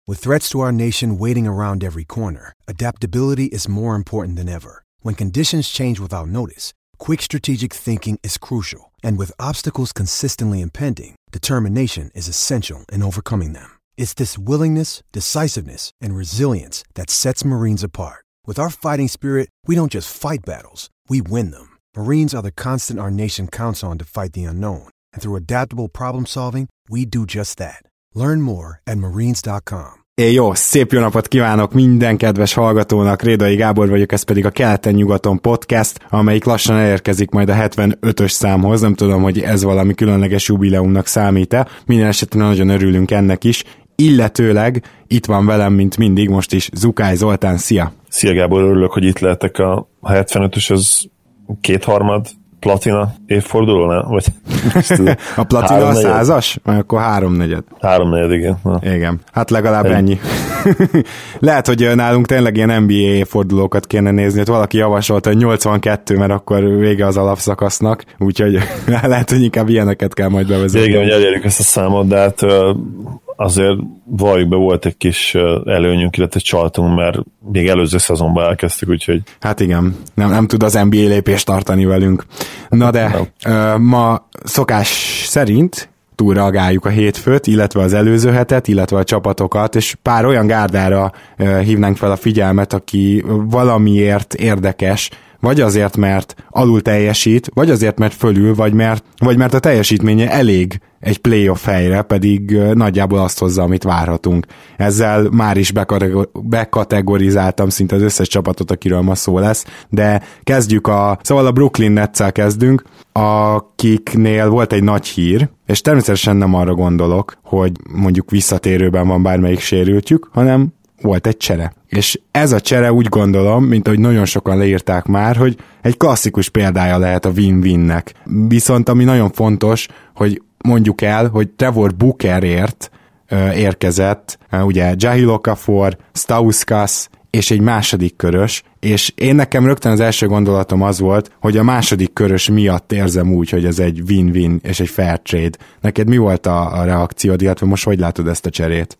With threats to our nation waiting around every corner, adaptability is more important than ever. When conditions change without notice, quick strategic thinking is crucial. And with obstacles consistently impending, determination is essential in overcoming them. It's this willingness, decisiveness, and resilience that sets Marines apart. With our fighting spirit, we don't just fight battles, we win them. Marines are the constant our nation counts on to fight the unknown. And through adaptable problem solving, we do just that. Learn more at marines.com. Jó, szép jó napot kívánok minden kedves hallgatónak, Rédai Gábor vagyok, ez pedig a Keleten-nyugaton podcast, amelyik lassan elérkezik majd a 75-ös számhoz, nem tudom, hogy ez valami különleges jubileumnak számít-e, minden esetben nagyon örülünk ennek is, illetőleg itt van velem, mint mindig, most is Zukály Zoltán, szia! Szia Gábor, örülök, hogy itt lehetek, a 75-ös, az kétharmad platina évforduló, nem? Vagy, a platina a 100-as? Vagy akkor 3/4. 3/4, igen. Na. Igen, hát legalább ennyi. Lehet, hogy nálunk tényleg ilyen NBA évfordulókat kéne nézni, hogy valaki javasolta, hogy 82, mert akkor vége az alapszakasznak, úgyhogy lehet, hogy inkább ilyeneket kell majd bevezetni. Igen, hogy elérjük ezt a számot, de hát azért valljuk be, volt egy kis előnyünk, illetve csaltunk, mert még előző szezonban elkezdtük, úgyhogy... Hát igen, nem tud az NBA lépést tartani velünk. Na de ma szokás szerint túlreagáljuk a hétfőt, illetve az előző hetet, illetve a csapatokat, és pár olyan gárdára hívnánk fel a figyelmet, aki valamiért érdekes, vagy azért, mert alul teljesít, vagy azért, mert fölül, vagy mert a teljesítménye elég egy playoff helyre, pedig nagyjából azt hozza, amit várhatunk. Ezzel már is bekategorizáltam szinte az összes csapatot, akiről ma szó lesz, de kezdjük szóval a Brooklyn Nets-szel kezdünk, akiknél volt egy nagy hír, és természetesen nem arra gondolok, hogy mondjuk visszatérőben van bármelyik sérültjük, hanem volt egy csere. És ez a csere úgy gondolom, mint ahogy nagyon sokan leírták már, hogy egy klasszikus példája lehet a win-winnek. Viszont ami nagyon fontos, hogy mondjuk el, hogy Trevor Bookerért érkezett, ugye Jahlil Okafor, Stauskas és egy második körös, és én nekem rögtön az első gondolatom az volt, hogy a második körös miatt érzem úgy, hogy ez egy win-win és egy fair trade. Neked mi volt a reakciód, illetve most hogy látod ezt a cserét?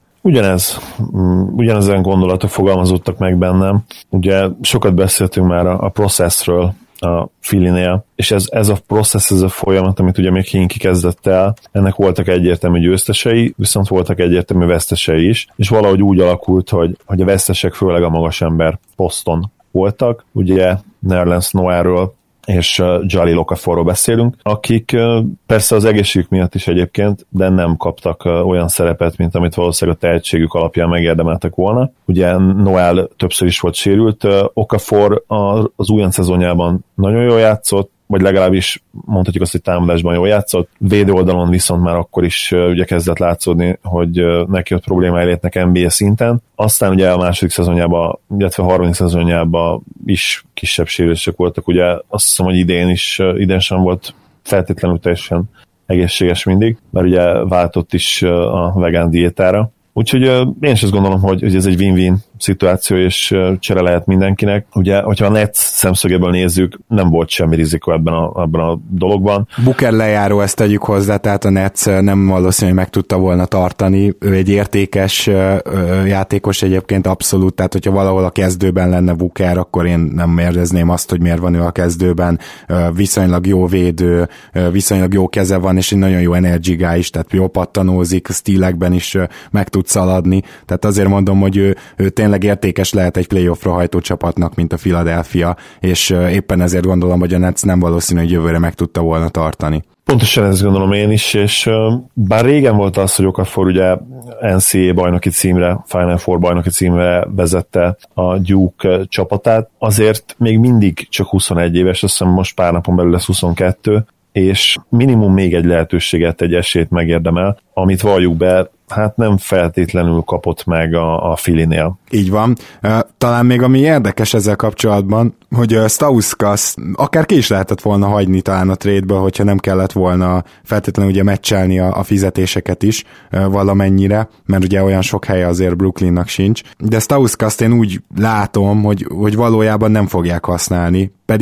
Ugyanezen gondolatok fogalmazódtak meg bennem. Ugye sokat beszéltünk már a processről a Phillynél, és ez a process, ez a folyamat, amit ugye még Hinkie kezdett el, ennek voltak egyértelmű győztesei, viszont voltak egyértelmű vesztesei is, és valahogy úgy alakult, hogy a vesztesek főleg a magasember poszton voltak, ugye Nerlens Noelről és Jahlil Okaforról beszélünk, akik persze az egészségük miatt is egyébként, de nem kaptak olyan szerepet, mint amit valószínűleg a tehetségük alapján megérdemeltek volna. Ugye Noel többször is volt sérült, Okafor az újonc szezonjában nagyon jól játszott, vagy legalábbis mondhatjuk azt, hogy támadásban jól játszott. Védő oldalon viszont már akkor is ugye kezdett látszódni, hogy neki ott problémái lehetnek NBA szinten. Aztán ugye a második szezonjában, illetve a harmadik szezonjában is kisebb sérülések voltak. Ugye azt hiszem, hogy idén sem volt feltétlenül teljesen egészséges mindig, mert ugye váltott is a vegán diétára. Úgyhogy én is azt gondolom, hogy ez egy win-win szituáció, és csere lehet mindenkinek. Ugye, hogyha a Nets szemszögéből nézzük, nem volt semmi rizikó ebben a dologban. Booker lejáró, ezt tegyük hozzá, tehát a Nets nem valószínű, hogy meg tudta volna tartani. Ő egy értékes játékos egyébként abszolút, tehát hogyha valahol a kezdőben lenne Booker, akkor én nem érdezném azt, hogy miért van ő a kezdőben. Viszonylag jó védő, viszonylag jó keze van, és egy nagyon jó energy guy is, tehát jó pattanózik, stílekben is meg tud szaladni. Tehát azért mondom, hogy ő tényleg értékes lehet egy playoffra hajtó csapatnak, mint a Philadelphia, és éppen ezért gondolom, hogy a Nets nem valószínű, hogy jövőre meg tudta volna tartani. Pontosan ezt gondolom én is, és bár régen volt az, hogy Okafor ugye NCAA bajnoki címre, Final Four bajnoki címre vezette a Duke csapatát, azért még mindig csak 21 éves, azt hiszem most pár napon belül lesz 22, és minimum még egy lehetőséget, egy esélyt megérdemel, amit valljuk be, hát nem feltétlenül kapott meg a Phillynél. Így van. Talán még ami érdekes ezzel kapcsolatban, hogy Stauskas akár ki is lehetett volna hagyni talán a trade-ből, hogyha nem kellett volna feltétlenül ugye meccselni a fizetéseket is valamennyire, mert ugye olyan sok helye azért Brooklynnak sincs. De Stauskas én úgy látom, hogy valójában nem fogják használni, pedig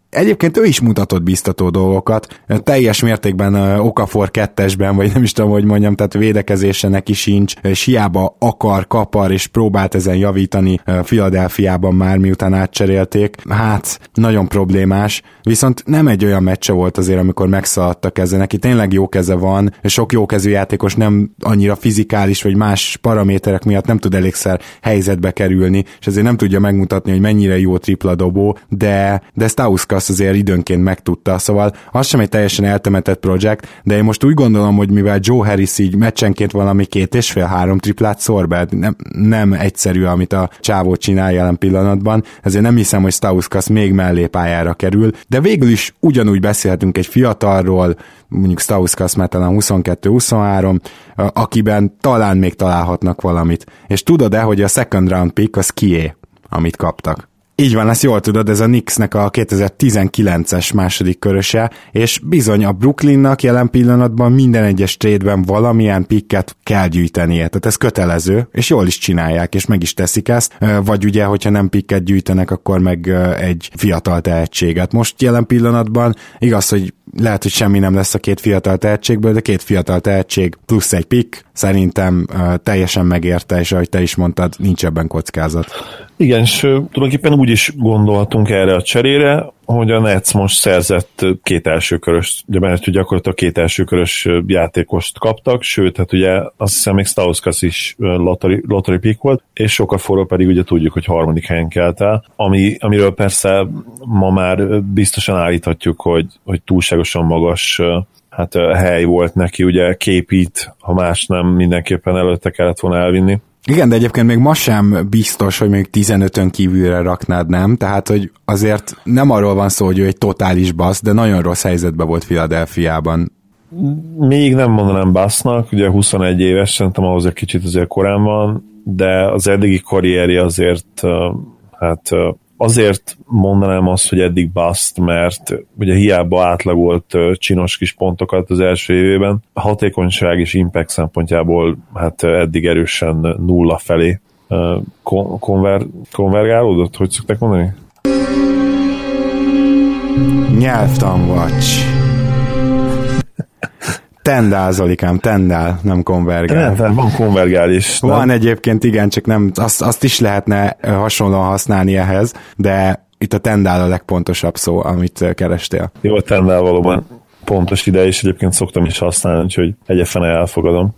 egyébként ő is mutatott biztató dolgokat, teljes mértékben Okafor 2-esben, vagy nem is tudom, hogy mondjam, tehát védekezése neki sincs, és hiába kapar, és próbált ezen javítani Philadelphiában már, miután átcserélték. Hát, nagyon problémás, viszont nem egy olyan meccse volt azért, amikor megszaladt a keze, neki tényleg jó keze van, és sok jókezű játékos nem annyira fizikális, vagy más paraméterek miatt nem tud elégszer helyzetbe kerülni, és ezért nem tudja megmutatni, hogy mennyire jó tripla dobó, de Stauskas azért időnként megtudta, szóval az sem egy teljesen eltemetett projekt, de én most úgy gondolom, hogy mivel Joe Harris így meccsenként valami 2,5-3 triplát szor be, nem egyszerű, amit a csávó csinál jelen pillanatban, ezért nem hiszem, hogy Stauskas még mellé pályára kerül, de végül is ugyanúgy beszélhetünk egy fiatalról, mondjuk Stauskas már talán 22-23, akiben talán még találhatnak valamit. És tudod-e, hogy a second round pick az kié, amit kaptak? Így van, ezt jól tudod, ez a Knicksnek a 2019-es második köröse, és bizony a Brooklynnak jelen pillanatban minden egyes trade-ben valamilyen picket kell gyűjtenie, tehát ez kötelező, és jól is csinálják, és meg is teszik ezt, vagy ugye, hogyha nem picket gyűjtenek, akkor meg egy fiatal tehetséget. Most jelen pillanatban igaz, hogy lehet, hogy semmi nem lesz a két fiatal tehetségből, de két fiatal tehetség plusz egy pick szerintem teljesen megérte, és ahogy te is mondtad, nincs ebben kockázat. Igen, és tulajdonképpen úgy is gondolhatunk erre a cserére, hogy a Nets most szerzett két elsőkörös, mert gyakorlatilag két elsőkörös játékost kaptak, sőt, hát ugye azt hiszem még Stauskas is lottery pick volt, és Okaforról pedig ugye tudjuk, hogy harmadik helyen kelt el, amiről persze ma már biztosan állíthatjuk, hogy túlságosan magas hely volt neki, ugye képít, ha más nem, mindenképpen előtte kellett volna elvinni. Igen, de egyébként még ma sem biztos, hogy még 15-ön kívülre raknád, nem? Tehát, hogy azért nem arról van szó, hogy ő egy totális bassz, de nagyon rossz helyzetben volt Philadelphiában. Még nem mondanám bassznak, ugye 21 éves, szerintem ahhoz egy kicsit azért korán van, de az eddigi karrierje azért azért mondanám azt, hogy eddig bust, mert ugye hiába átlagolt csinos kis pontokat az első évében, a hatékonyság és impact szempontjából eddig erősen nulla felé konvergálódott, hogy szokták mondani? Nyelvtanvacs. Tendál, Zolikám, tendál, nem konvergál. Van konvergál is. Van nem? Egyébként, igen, csak nem, azt is lehetne hasonlóan használni ehhez, de itt a tendál a legpontosabb szó, amit kerestél. Jó, a tendál valóban pontos ide, és egyébként szoktam is használni, úgyhogy egyefene elfogadom.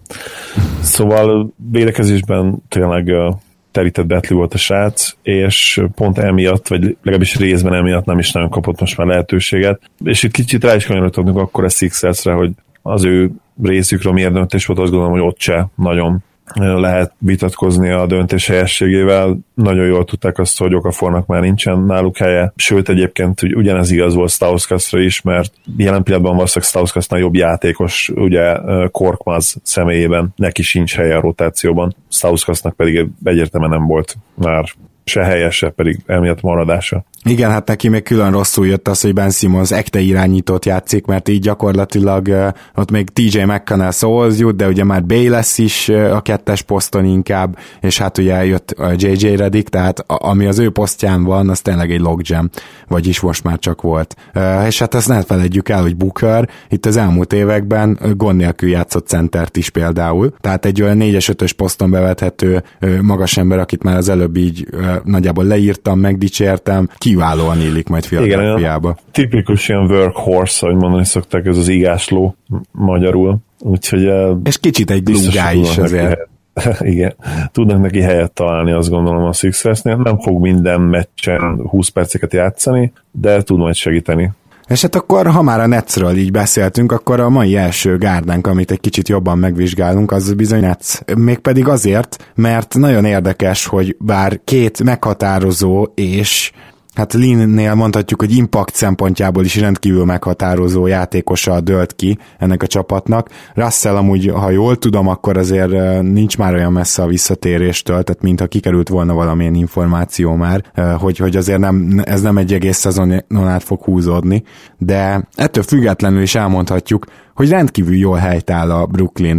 Szóval védekezésben tényleg terített betli volt a srác, és pont emiatt, vagy legalábbis részben emiatt nem is nagyon kapott most már lehetőséget. És itt kicsit rá is kanyarodtunk akkor a Sixersre, hogy az ő részükről miért döntés volt, azt gondolom, hogy ott se nagyon lehet vitatkozni a döntés helyességével. Nagyon jól tudták azt, hogy Okafornak már nincsen náluk helye, sőt egyébként ugyanez igaz volt Stauskasra is, mert jelen pillanatban valószínűleg Stauskasnál jobb játékos, ugye Korkmaz személyében neki sincs helye a rotációban, Stauskasnak pedig egyértelműen nem volt már se helyes, se pedig emiatt maradása. Igen, hát neki még külön rosszul jött az, hogy Ben Simmons ekte irányítót játszik, mert így gyakorlatilag ott még TJ McConnell szóhoz jut, de ugye már Bayless is a kettes poszton inkább, és hát ugye eljött JJ Redick, tehát ami az ő posztján van, az tényleg egy logjam, vagyis most már csak volt. És hát azt ne feledjük el, hogy Booker itt az elmúlt években gond nélkül játszott centert is például, tehát egy olyan 4-5-ös poszton bevethető magas ember, akit már az előbb így nagyjából leírtam, megdicsértem, kiválóan illik majd Philadelphiába. Tipikus ilyen workhorse, ahogy mondani szokták, ez az igásló magyarul. Úgyhogy és kicsit egy glue guy is azért. Igen, tudnak neki helyet találni, azt gondolom a Sixersnél. Nem fog minden meccsen 20 perceket játszani, de tud majd segíteni. És hát akkor, ha már a Netsről így beszéltünk, akkor a mai első gárdánk, amit egy kicsit jobban megvizsgálunk, az bizony Nets. Mégpedig azért, mert nagyon érdekes, hogy bár két meghatározó és hát Lin-nél mondhatjuk, hogy impact szempontjából is rendkívül meghatározó játékosa dölt ki ennek a csapatnak. Russell amúgy, ha jól tudom, akkor azért nincs már olyan messze a visszatéréstől, tehát mintha kikerült volna valamilyen információ már, hogy azért ez nem egy egész szezonon át fog húzódni, de ettől függetlenül is elmondhatjuk, hogy rendkívül jól helytáll a Brooklyn.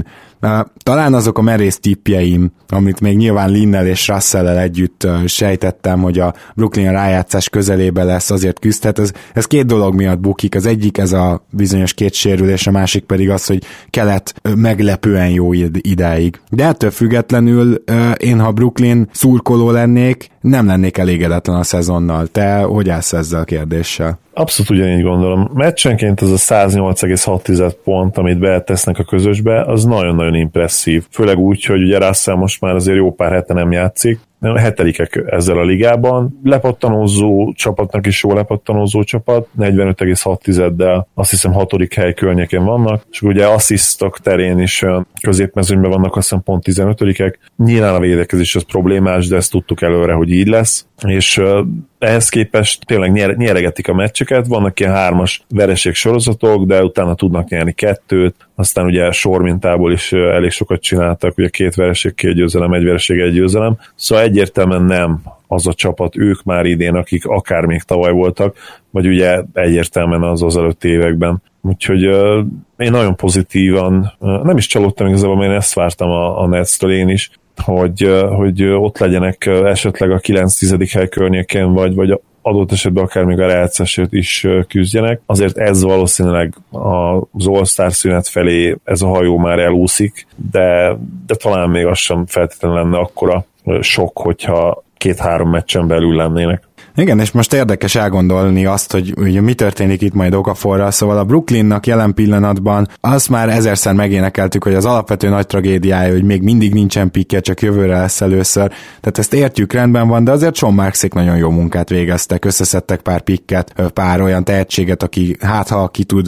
Talán azok a merész tippjeim, amit még nyilván Linnel és Russell-el együtt sejtettem, hogy a Brooklyn rájátszás közelébe lesz, azért küzdhet. Ez két dolog miatt bukik. Az egyik ez a bizonyos két sérülés, a másik pedig az, hogy Kelet meglepően jó idáig. De ettől függetlenül én, ha Brooklyn szurkoló lennék, nem lennék elégedetlen a szezonnal. Te hogy állsz ezzel a kérdéssel? Abszolút ugyanígy gondolom. Meccsenként az a 108,6 pont, amit betesznek a közösbe, az nagyon-nagyon impresszív. Főleg úgy, hogy ugye Russell most már azért jó pár hete nem játszik, hetedikek ezzel a ligában. Lepattanózó csapatnak is jó lepattanózó csapat, 45,6-del azt hiszem 6. hely környékén vannak, és ugye asszisztok terén is középmezőnyben vannak, azt hiszem pont 15-ek. Nyilván a védekezés az problémás, de ezt tudtuk előre, hogy így lesz, és ehhez képest tényleg nyeregetik a meccseket, vannak ilyen 3-as vereség sorozatok, de utána tudnak nyerni 2-t, aztán ugye sormintából is elég sokat csináltak, ugye 2 vereség, 2 győzelem, 1 vereség, 1 győzelem, szóval egyértelműen nem az a csapat, ők már idén, akik akár még tavaly voltak, vagy ugye egyértelműen az előtti években. Úgyhogy én nagyon pozitívan, nem is csalódtam igazából, mert én ezt vártam a Netstől én is, hogy ott legyenek esetleg a 9-10. hely környéken, vagy adott esetben akár még a rájátszásért is küzdjenek. Azért ez valószínűleg az All-Star szünet felé ez a hajó már elúszik, de talán még az sem feltétlenül lenne akkora sok, hogyha 2-3 meccsen belül lennének. Igen, és most érdekes elgondolni azt, hogy ugye mi történik itt majd Okaforral, szóval a Brooklynnak jelen pillanatban azt már ezerszer megénekeltük, hogy az alapvető nagy tragédiája, hogy még mindig nincsen pikje, csak jövőre lesz először, tehát ezt értjük, rendben van, de azért Sean Marksék nagyon jó munkát végeztek, összeszedtek pár pikket, pár olyan tehetséget, aki ha ki tud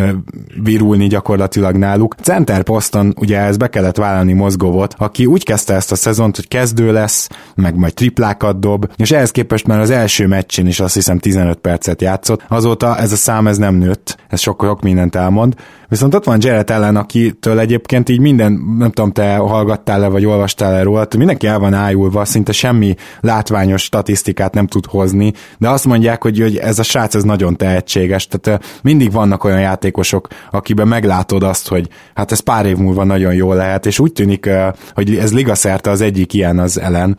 virulni gyakorlatilag náluk. Center poszton ugye ez be kellett vállalni Mozgovot, aki úgy kezdte ezt a szezont, hogy kezdő lesz, meg majd triplákat dob, és ehhez képest már az első meccsén is azt hiszem 15 percet játszott, azóta ez a szám ez nem nőtt, ez sok mindent elmond. Viszont ott van Jarrett Allen, akitől egyébként így minden, nem tudom, te hallgattál-e vagy olvastál-e róla, mindenki el van ájulva, szinte semmi látványos statisztikát nem tud hozni, de azt mondják, hogy ez a srác ez nagyon tehetséges, tehát mindig vannak olyan játékosok, akiben meglátod azt, hogy hát ez pár év múlva nagyon jó lehet, és úgy tűnik, hogy ez ligaszerte az egyik ilyen az Allen.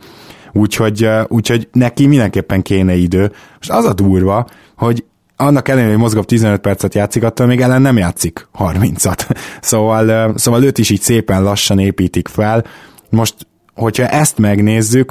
Úgyhogy neki mindenképpen kéne idő. Most az a durva, hogy annak ellenére, hogy Mozgov 15 percet játszik, attól még ellen nem játszik 30-at. Szóval őt is így szépen lassan építik fel. Most, hogyha ezt megnézzük,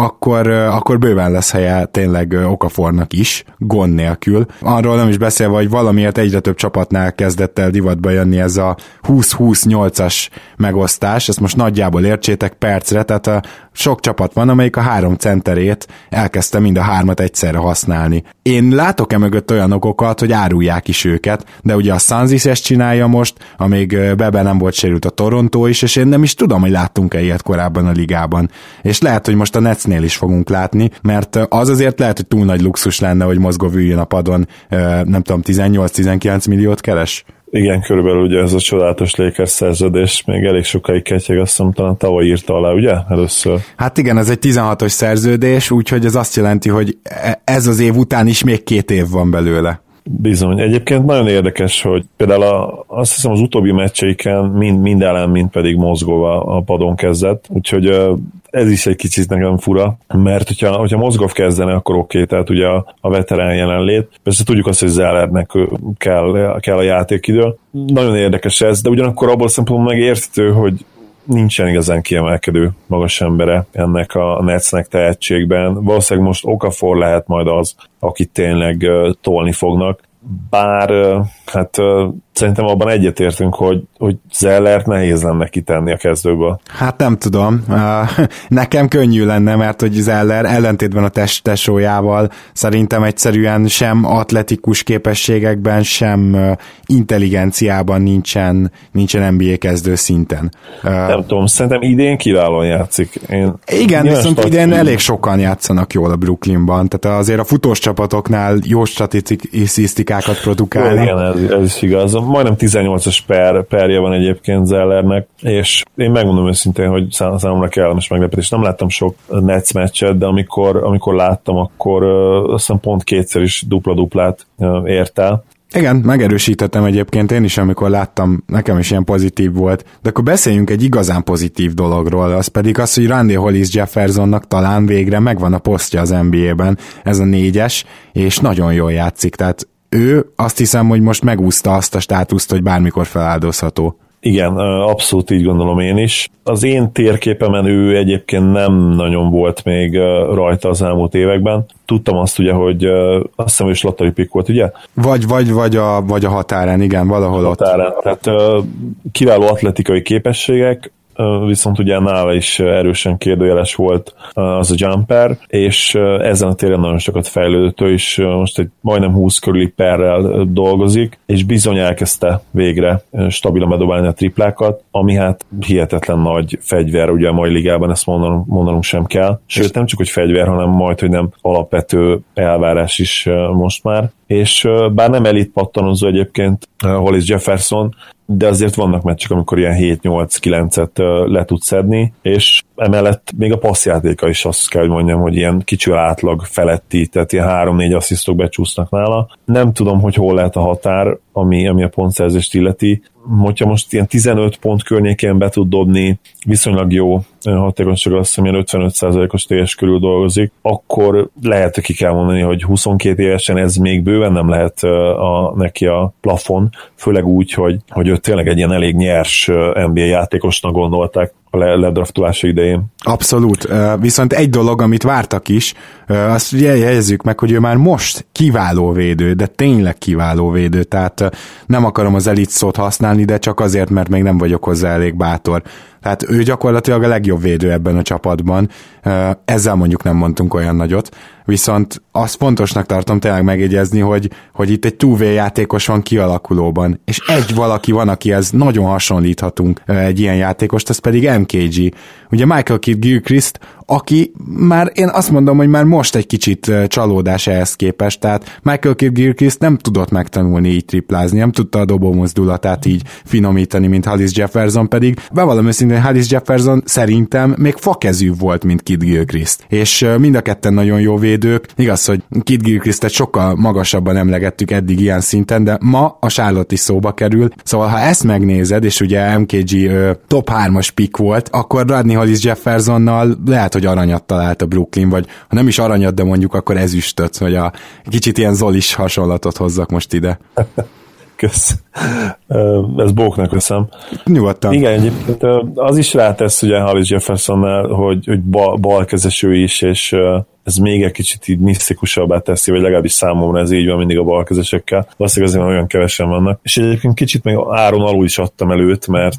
akkor bőven lesz helye tényleg Okafornak is, gond nélkül. Arról nem is beszélve, hogy valamiért egyre több csapatnál kezdett el divatba jönni ez a 20-20-8-as megosztás, ezt most nagyjából értsétek percre, tehát sok csapat van, amelyik a 3 centerét elkezdte mind a 3-at egyszerre használni. Én látok mögött olyan okokat, hogy árulják is őket, de ugye a Suns is ezt csinálja most, amíg Bebe nem volt sérült a Toronto is, és én nem is tudom, hogy láttunk-e ilyet korábban a ligában. És lehet, hogy most a Netsnél is fogunk látni, mert az azért lehet, hogy túl nagy luxus lenne, hogy Mozgov üljön a padon, nem tudom, 18-19 milliót keres? Igen, körülbelül ugye ez a csodálatos Lakers szerződés még elég sokáig ketyeg, azt hiszem talán tavaly írta alá, ugye? Először. Hát igen, ez egy 16-os szerződés, úgyhogy ez azt jelenti, hogy ez az év után is még 2 év van belőle. Bizony. Egyébként nagyon érdekes, hogy például azt hiszem az utóbbi meccseiken mind Allen, mind pedig Mozgov a padon kezdett, úgyhogy ez is egy kicsit nekem fura, mert hogyha Mozgov kezdene, akkor oké, tehát ugye a veterán jelenlét. Persze tudjuk azt, hogy Zellernek kell a játékidő. Nagyon érdekes ez, de ugyanakkor abból szempontból meg érthető, hogy nincsen igazán kiemelkedő magas embere ennek a Netsnek tehetségben. Valószínűleg most Okafor lehet majd az, akit tényleg tolni fognak. Bár hát szerintem abban egyetértünk, hogy Zellert nehéz lenne kitenni a kezdőből. Hát nem tudom. Nekem könnyű lenne, mert hogy Zeller ellentétben a tesójával szerintem egyszerűen sem atletikus képességekben, sem intelligenciában nincsen NBA kezdő szinten. Nem tudom, szerintem idén kiválóan játszik. Igen, viszont idén elég sokan játszanak jól a Brooklynban, tehát azért a futós csapatoknál jó statisztikákat produkálnak. Igen, ez is igaz. Majdnem 18-as perje van egyébként Zellernek, és én megmondom őszintén, hogy számomra kellemes meglepetés. Nem láttam sok Nets meccset, de amikor láttam, akkor azt hiszem pont 2-szer is dupla-duplát ért el. Igen, megerősítettem egyébként én is, amikor láttam, nekem is ilyen pozitív volt. De akkor beszéljünk egy igazán pozitív dologról, az pedig az, hogy Randy Hollis-Jeffersonnak talán végre megvan a posztja az NBA-ben, ez a 4-es, és nagyon jól játszik, tehát ő azt hiszem, hogy most megúszta azt a státuszt, hogy bármikor feláldozható. Igen, abszolút így gondolom én is. Az én térképemen ő egyébként nem nagyon volt még rajta az elmúlt években. Tudtam azt ugye, hogy azt hiszem, hogy lottery pick volt, ugye? Vagy a határán, igen, valahol határán. Ott. Tehát kiváló atletikai képességek, viszont ugye nála is erősen kérdőjeles volt az a jumper, és ezen a téren nagyon sokat fejlődött, ő is most egy majdnem 20 körüli perrel dolgozik, és bizony elkezdte végre stabilan bedobálni a triplákat, ami hát hihetetlen nagy fegyver, ugye a mai ligában ezt mondanunk sem kell, sőt nem csak hogy fegyver, hanem majd, hogy nem alapvető elvárás is most már, és bár nem elit pattanozó egyébként Hollis-Jefferson, de azért vannak meccsek, amikor ilyen 7-8-9-et le tud szedni, és emellett még a passzjátéka is azt kell, hogy mondjam, hogy ilyen kicsi átlag feletti, tehát ilyen 3-4 asszisztok becsúsznak nála. Nem tudom, hogy hol lehet a határ, ami a pontszerzést illeti. Hogyha most ilyen 15 pont környékén be tud dobni, viszonylag jó hatékonyság, azt hiszem, ilyen 55%-os TS körül dolgozik, akkor lehet, hogy ki kell mondani, hogy 22 évesen ez még bőven nem lehet neki a plafon, főleg úgy, hogy ő tényleg egy ilyen elég nyers NBA játékosnak gondolták a ledraftolása idején. Abszolút. Viszont egy dolog, amit vártak is, azt jegyezzük meg, hogy ő már most kiváló védő, de tényleg kiváló védő, tehát nem akarom az elit szót használni, de csak azért, mert még nem vagyok hozzá elég bátor. Tehát ő gyakorlatilag a legjobb védő ebben a csapatban, ezzel mondjuk nem mondtunk olyan nagyot, viszont azt fontosnak tartom tényleg megjegyezni, hogy itt egy two-way játékos van kialakulóban, és egy valaki van, akihez nagyon hasonlíthatunk egy ilyen játékost, az pedig MKG. Ugye Michael Kidd-Gilchrist, aki már, én azt mondom, hogy már most egy kicsit csalódás ehhez képest, tehát Michael Kidd-Gilchrist nem tudott megtanulni így triplázni, nem tudta a dobó mozdulatát így finomítani, mint Hollis-Jefferson, pedig bevallom őszintén, Hollis-Jefferson szerintem még fakezű volt, mint Kidd-Gilchrist, és mind a ketten nagyon jó védők. Igaz, hogy Kidd-Gilchristet sokkal magasabban emlegettük eddig ilyen szinten, de ma a Charlotte is szóba kerül, szóval ha ezt megnézed, és ugye MKG top 3-as pick volt, akkor Rodney Hollis-Jeffersonnal lehet, hogy aranyat talált a Brooklyn, vagy ha nem is aranyat, de mondjuk akkor ezüstöt, hogy a kicsit ilyen Zolis hasonlatot hozzak most ide. Kösz. Ez bóknak veszem. Nyugodtan. Igen, egyébként az is rátesz ugye Hollis-Jeffersonnál, hogy balkezes ő is, és ez még egy kicsit így misztikusabbá teszi, vagy legalábbis számomra ez így van mindig a balkezesekkel. Valószínűleg azért olyan kevesen vannak. És egyébként kicsit még áron alul is adtam előtt, mert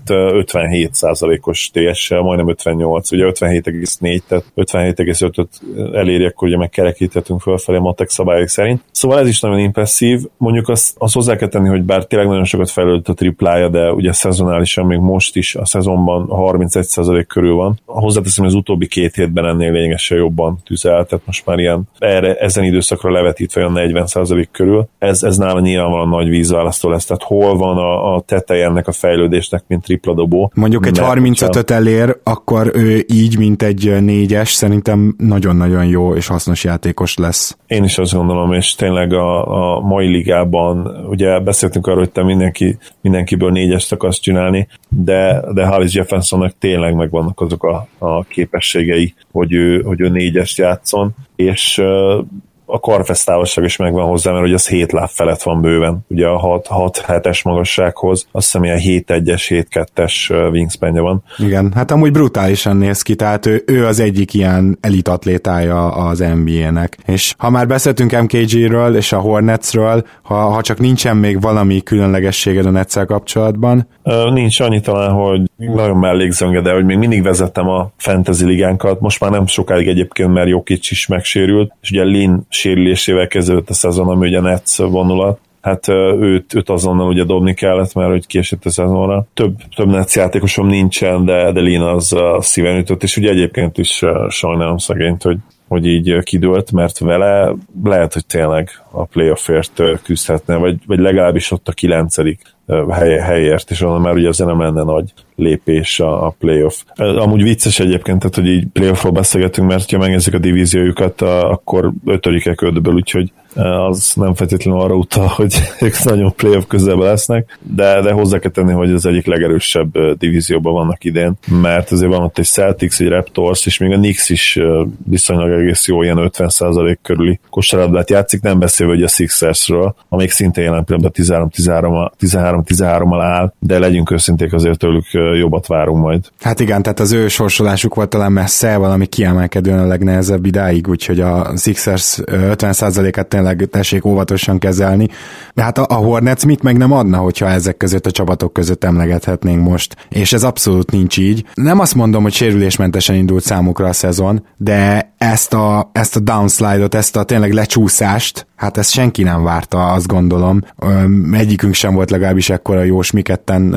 57%-os TS-sel, majdnem 58, ugye 57,4, tehát 57,5-öt eléri, akkor ugye megkerekíthetünk fölfelé a matek szabályok szerint. Szóval ez is nagyon impresszív. Mondjuk azt hozzá kell tenni, hogy bár tényleg nagyon sokat fejlődött a triplája, de ugye szezonálisan még most is a szezonban 31% körül van. Hozzáteszem, hogy az utóbbi 2 hétben ennél lényegesen jobban tüzelt, most már ilyen ezen időszakra levetítve olyan 40% körül. Ez nála nyilvánvalóan nagy vízválasztó lesz, tehát hol van a teteje ennek a fejlődésnek, mint tripladobó. Mondjuk egy 35-öt elér, akkor ő így, mint egy 4-es, szerintem nagyon-nagyon jó és hasznos játékos lesz. Én is azt gondolom, és tényleg a mai ligában, ugye beszéltünk arról, hogy te mindenkiből 4-est akarsz csinálni, de Hollis-Jeffersonnak tényleg megvannak azok a képességei, hogy ő 4-est játszon, és a karfesztávolság is megvan hozzá, mert ugye az 7 láb felett van bőven, ugye a 6-7-es magassághoz, azt hiszem ilyen 7-1-es, 7-2-es wingspanje van. Igen, hát amúgy brutálisan néz ki, tehát ő az egyik ilyen elitatlétája az NBA-nek. És ha már beszéltünk MKG-ről és a Hornetsről, ha csak nincsen még valami különlegességed a Netszel kapcsolatban? Nincs, annyi talán, hogy nagyon mellékzönge, de hogy még mindig vezettem a fantasy ligánkat, most már nem sokáig egyébként, mert Jokic is megsérült, és ugye Lin sérülésével kezdődött a szezon, ami ugye Nets vonulat. Hát őt azonnal ugye dobni kellett, mert hogy kiesett a szezonra. Több Nets játékosom nincsen, de Lin az szíven ütött, és ugye egyébként is sajnálom szegényt, hogy így kidőlt, mert vele lehet, hogy tényleg a playoffért küzdhetne, vagy legalábbis ott a 9. helyért, és onnan már ugye azért nem lenne nagy lépés a playoff. Amúgy vicces egyébként, tehát, hogy így playoffról beszélgetünk, mert ha megnézzük a divíziójukat, akkor 5-ek 5-ből, úgyhogy az nem feltétlenül arra utal, hogy ők nagyon playoff közelben lesznek, de hozzá kell tenni, hogy az egyik legerősebb divízióban vannak idén, mert azért van ott egy Celtics, egy Raptors, és még a Knicks is viszonylag egész jó, ilyen 50% körüli kosárlabdát játszik, nem beszélve hogy a Sixersről, amelyik szintén jelen pillanatban 13-13-al áll, de legyünk őszinték, azért tőlük jobbat várunk majd. Hát igen, tehát az ő sorsolásuk volt talán messze, valami kiemelkedően a legnehezebb idáig, úgyhogy a Sixers 50%-át tényleg tessék óvatosan kezelni. De hát a Hornets mit meg nem adna, hogyha ezek között a csapatok között emlegethetnénk most. És ez abszolút nincs így. Nem azt mondom, hogy sérülésmentesen indult számukra a szezon, de ezt a downslide-ot, ezt a tényleg lecsúszást, hát ezt senki nem várta, azt gondolom. Egyikünk sem volt legalábbis ekkora jós, mind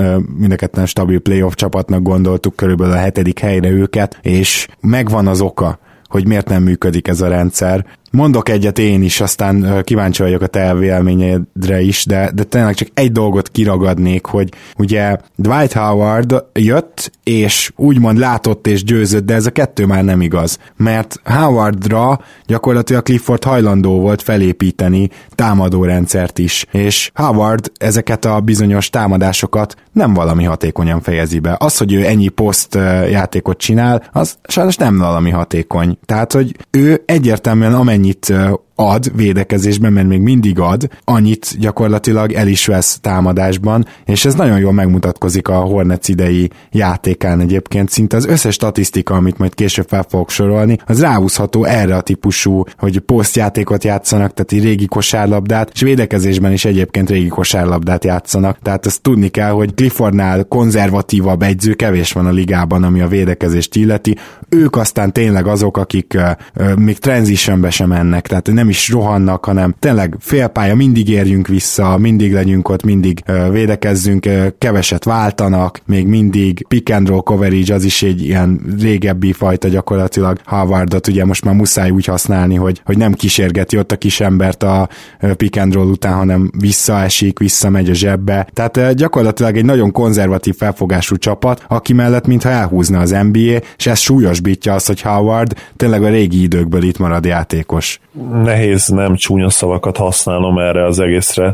a ketten stabil playoff csapatnak gondoltuk, körülbelül a 7. helyre őket, és megvan az oka, hogy miért nem működik ez a rendszer. Mondok egyet én is, aztán kíváncsi vagyok a te véleményedre is, de tényleg csak egy dolgot kiragadnék, hogy ugye Dwight Howard jött, és úgymond látott és győzött, de ez a kettő már nem igaz. Mert Howardra gyakorlatilag Clifford hajlandó volt felépíteni támadórendszert is, és Howard ezeket a bizonyos támadásokat nem valami hatékonyan fejezi be. Az, hogy ő ennyi poszt játékot csinál, az sajnos nem valami hatékony. Tehát, hogy ő egyértelműen amennyit ad védekezésben, mert még mindig ad, annyit gyakorlatilag el is vesz támadásban, és ez nagyon jól megmutatkozik a Hornets idei játékán egyébként. Szinte az összes statisztika, amit majd később fel fogok sorolni, az ráhúzható erre a típusú, hogy posztjátékot játszanak, tehát így régi kosárlabdát, és védekezésben is egyébként régi kosárlabdát játszanak. Tehát ezt tudni kell, hogy Cliffordnál konzervatívabb edző kevés van a ligában, ami a védekezést illeti. Ők aztán tényleg azok, akik még transitionbe sem mennek, tehát nem is rohannak, hanem tényleg félpálya, mindig érjünk vissza, mindig legyünk ott, mindig védekezzünk, keveset váltanak, még mindig pick and roll coverage, az is egy ilyen régebbi fajta gyakorlatilag. Howardot ugye most már muszáj úgy használni, hogy nem kísérgeti ott a kis embert a pick and roll után, hanem visszaesik, visszamegy a zsebbe. Tehát gyakorlatilag egy nagyon konzervatív felfogású csapat, aki mellett mintha elhúzna az NBA, és ez súlyosbítja azt, hogy Howard tényleg a régi időkből itt marad játékos. Nehéz nem csúnya szavakat használnom erre az egészre,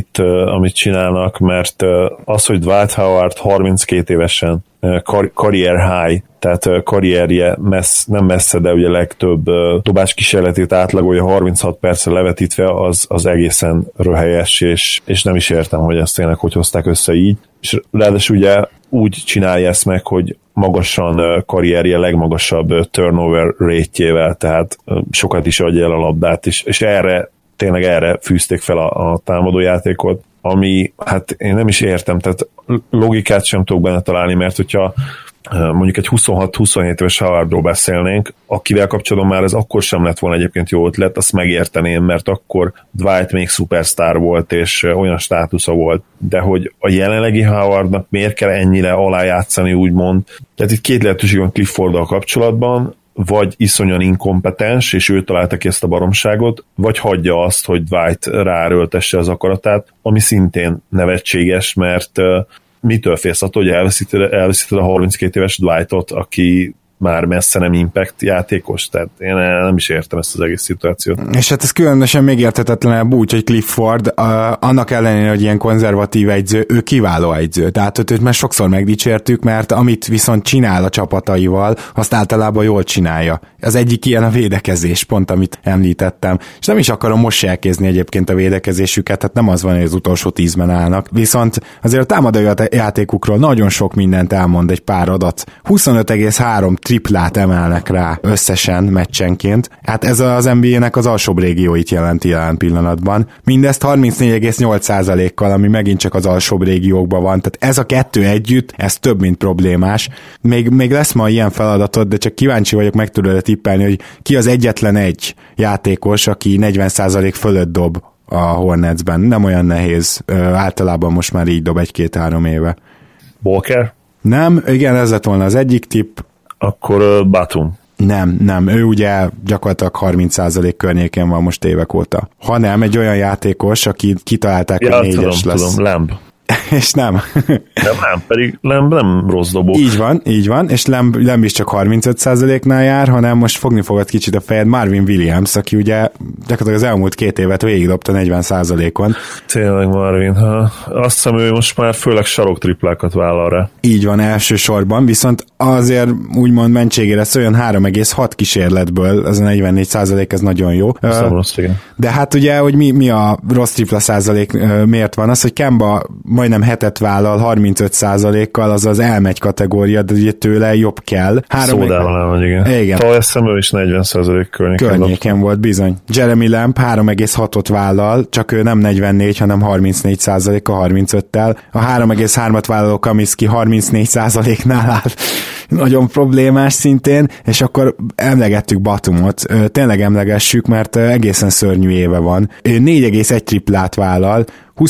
amit csinálnak, mert az, hogy Dwight Howard 32 évesen career high, tehát karrierje nem messze, de ugye legtöbb dobás kísérletét átlagolja 36 percre levetítve, az egészen röhelyes, és nem is értem, hogy ezt tényleg hogy hozták össze így. És ráadásul ugye úgy csinálja ezt meg, hogy magasan karrierje legmagasabb turnover rate-jével, tehát sokat is adja el a labdát, és erre fűzték fel a támadójátékot, ami, hát én nem is értem, tehát logikát sem tudok benne találni, mert hogyha mondjuk egy 26-27 éves Howardról beszélnénk, akivel kapcsolatban már ez akkor sem lett volna egyébként jó ötlet, azt megérteném, mert akkor Dwight még szupersztár volt, és olyan státusza volt, de hogy a jelenlegi Howardnak miért kell ennyire alájátszani, úgymond. Tehát itt két lehetőség van Clifforddal kapcsolatban, vagy iszonyan inkompetens, és ő találta ki ezt a baromságot, vagy hagyja azt, hogy Dwight ráerőltesse az akaratát, ami szintén nevetséges, mert mitől félsz attól, hogy elveszíted a 32 éves Dwightot, aki már messze nem impact játékos, tehát én nem is értem ezt az egész szituációt. És hát ez különösen még érthetetlenebb úgy, hogy Clifford annak ellenére, hogy ilyen konzervatív edző, ő kiváló edző, tehát őt már sokszor megdicsértük, mert amit viszont csinál a csapataival, azt általában jól csinálja. Az egyik ilyen a védekezés, pont amit említettem, és nem is akarom most elkézni egyébként a védekezésüket, tehát nem az van, hogy az utolsó 10-ben állnak, viszont azért a támadó játékukról nagyon sok mindent elmond egy pár adat. 25,3 triplát emelnek rá összesen meccsenként. Hát ez az NBA-nek az alsóbb régióit jelenti jelen pillanatban. Mindezt 34,8%-kal, ami megint csak az alsóbb régiókban van. Tehát ez a kettő együtt, ez több, mint problémás. Még lesz ma ilyen feladatod, de csak kíváncsi vagyok, meg tudod tippelni, hogy ki az egyetlen egy játékos, aki 40% fölött dob a Hornetsben. Nem olyan nehéz. Általában most már így dob 1-2-3 éve. Walker? Nem, igen, ez lett volna az egyik tipp. Akkor Batum. Nem, ő ugye gyakorlatilag 30% környékén van most évek óta. Hanem egy olyan játékos, aki kitalálták, hogy 4-es lesz. Lamb. És nem. Pedig nem rossz dobó. Így van, és Lamb is csak 35%-nál jár, hanem most fogni fogod kicsit a fejed Marvin Williams, aki ugye gyakorlatilag az elmúlt 2 évet végigdobta 40%-on. Tényleg Marvin, azt hiszem, ő most már főleg saroktriplákat vállal rá. Így van, elsősorban, viszont azért úgymond mentségére olyan 3,6 kísérletből, ez a 44%, ez nagyon jó. Rossz, igen. De hát ugye, hogy mi a rossz tripla százalék miért van? Az, hogy Kemba majdnem 7-et vállal 35%-kal, azaz elmegy kategória, de ugye tőle jobb kell. Szódával elmegy, igen. Tavaly eszembe is 40% környéken volt, bizony. Jeremy Lamb 3,6-ot vállal, csak ő nem 44, hanem 34%, a 35-tel. A 3,3-at vállaló Kaminsky 34%-nál áll. Nagyon problémás szintén, és akkor emlegettük Batumot. Tényleg emlegessük, mert egészen szörnyű éve van. Ő 4,1 triplát vállal,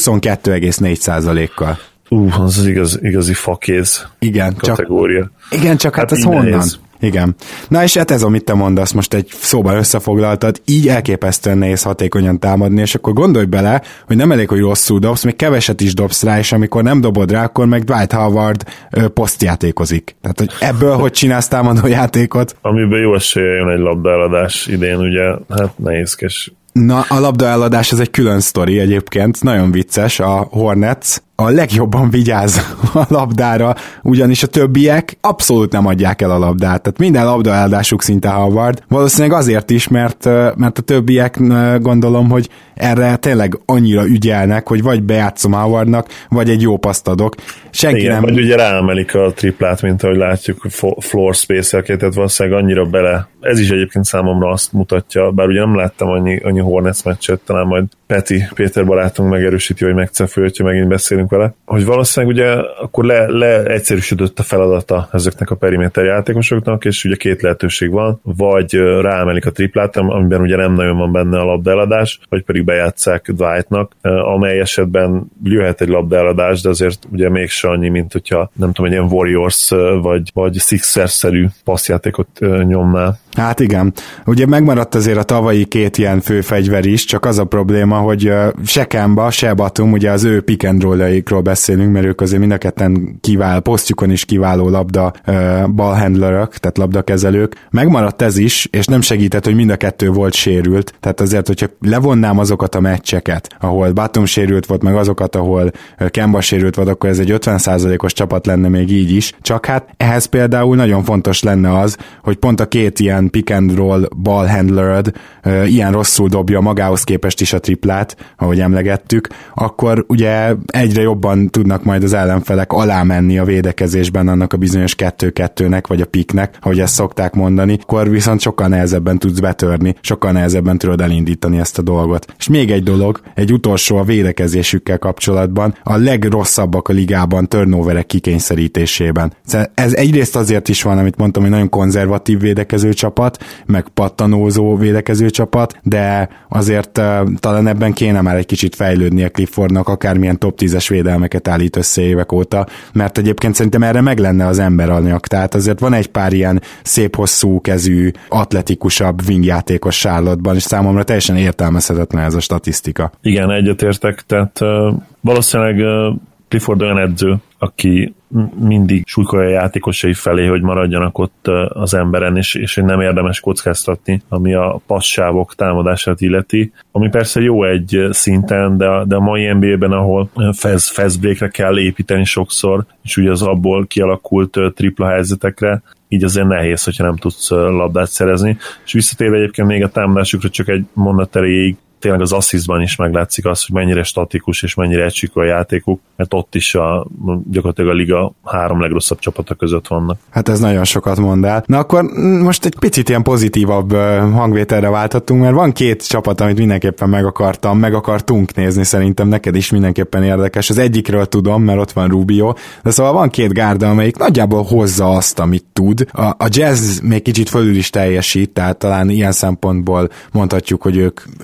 22,4%-kal. Az igazi fakéz kategória. Csak hát ez honnan? Nehéz. Igen. Na és hát ez, amit te mondasz, most egy szóban összefoglaltad, így elképesztően nehéz hatékonyan támadni, és akkor gondolj bele, hogy nem elég, hogy rosszul dobsz, még keveset is dobsz rá, és amikor nem dobod rá, akkor meg Dwight Howard posztjátékozik. Tehát, hogy ebből hogy csinálsz támadó játékot? Amiben jó esélye jön egy labdaeladás idén, ugye, hát nehézkes. Na, a labdaeladás az egy külön sztori egyébként, nagyon vicces, a Hornets a legjobban vigyáz a labdára, ugyanis a többiek abszolút nem adják el a labdát. Tehát minden labdaeladásuk szinte Howard. Valószínűleg azért is, mert a többiek gondolom, hogy erre tényleg annyira ügyelnek, hogy vagy bejátszom Howardnak, vagy egy jó paszt adok. Senki igen, nem... vagy ugye ráemelik a triplát, mint ahogy látjuk floor space-elként, tehát valószínűleg annyira bele. Ez is egyébként számomra azt mutatja, bár ugye nem láttam annyi Hornets meccset, talán majd Péter barátunk megerősíti, hogy megcefőltje, megint beszélünk vele, hogy valószínűleg ugye akkor leegyszerűsödött a feladata ezeknek a periméter játékosoknak, és ugye 2 lehetőség van, vagy ráemelik a triplát, amiben ugye nem nagyon van benne a labdaeladás, vagy pedig bejátsszák Dwightnak, amely esetben jöhet egy labdaeladás, de azért ugye mégse annyi, mint hogyha nem tudom, egy ilyen Warriors vagy Sixers-szerű passzjátékot nyomnál. Hát igen. Ugye megmaradt azért a tavalyi 2 ilyen fő fegyver is, csak az a probléma, hogy se Kemba, se Batum, ugye az ő pick and roll-jaikról beszélünk, mert ők azért mind a ketten posztjukon is kiváló ballhandlerök, tehát labdakezelők. Megmaradt ez is, és nem segített, hogy mind a 2 volt sérült. Tehát azért, hogyha levonnám azokat a meccseket, ahol Batum sérült volt, meg azokat, ahol Kemba sérült volt, akkor ez egy 50%-os csapat lenne még így is. Csak hát ehhez például nagyon fontos lenne az, hogy pont a 2 ilyen pick and roll ballhandlered ilyen rosszul dobja magához képest is a triplát, ahogy emlegettük, akkor ugye egyre jobban tudnak majd az ellenfelek alá menni a védekezésben annak a bizonyos 2-2-nek, vagy a picknek, ahogy ezt szokták mondani, akkor viszont sokkal nehezebben tudsz betörni, sokkal nehezebben tudod elindítani ezt a dolgot. És még egy dolog, egy utolsó a védekezésükkel kapcsolatban, a legrosszabbak a ligában turnoverek kikényszerítésében. Ez egyrészt azért is van, amit mondtam, hogy nagyon konzervatív védekező csapat, meg pattanózó védekező csapat, de azért talán ebben kéne már egy kicsit fejlődnie Cliffordnak, akármilyen top 10-es védelmeket állít össze évek óta, mert egyébként szerintem erre meg lenne az emberanyag, tehát azért van egy pár ilyen szép hosszú kezű, atletikusabb wingjátékos Charlotte-ban, és számomra teljesen értelmezhetetlen ez a statisztika. Igen, egyetértek, tehát valószínűleg Clifford olyan edző, aki mindig súlykolja a játékosai felé, hogy maradjanak ott az emberen, és hogy nem érdemes kockáztatni, ami a passzsávok támadását illeti, ami persze jó egy szinten, de a mai NBA-ben, ahol fast breakre kell építeni sokszor, és ugye az abból kialakult tripla helyzetekre, így azért nehéz, hogyha nem tudsz labdát szerezni. És visszatérve egyébként még a támadásukra csak egy mondat erejéig, tényleg az asszisztban is meglátszik az, hogy mennyire statikus és mennyire egységű a játékuk, mert ott is gyakorlatilag a liga 3 legrosszabb csapata között vannak. Hát ez nagyon sokat mond el. Na akkor most egy picit ilyen pozitívabb hangvételre váltottunk, mert van 2 csapat, amit mindenképpen meg akartunk nézni, szerintem neked is mindenképpen érdekes. Az egyikről tudom, mert ott van Rubio, de szóval van 2 gárda, amelyik nagyjából hozza azt, amit tud. A Jazz még kicsit fölül is teljesít, tehát talán ilyen szempontból mondhatjuk, hogy őket nem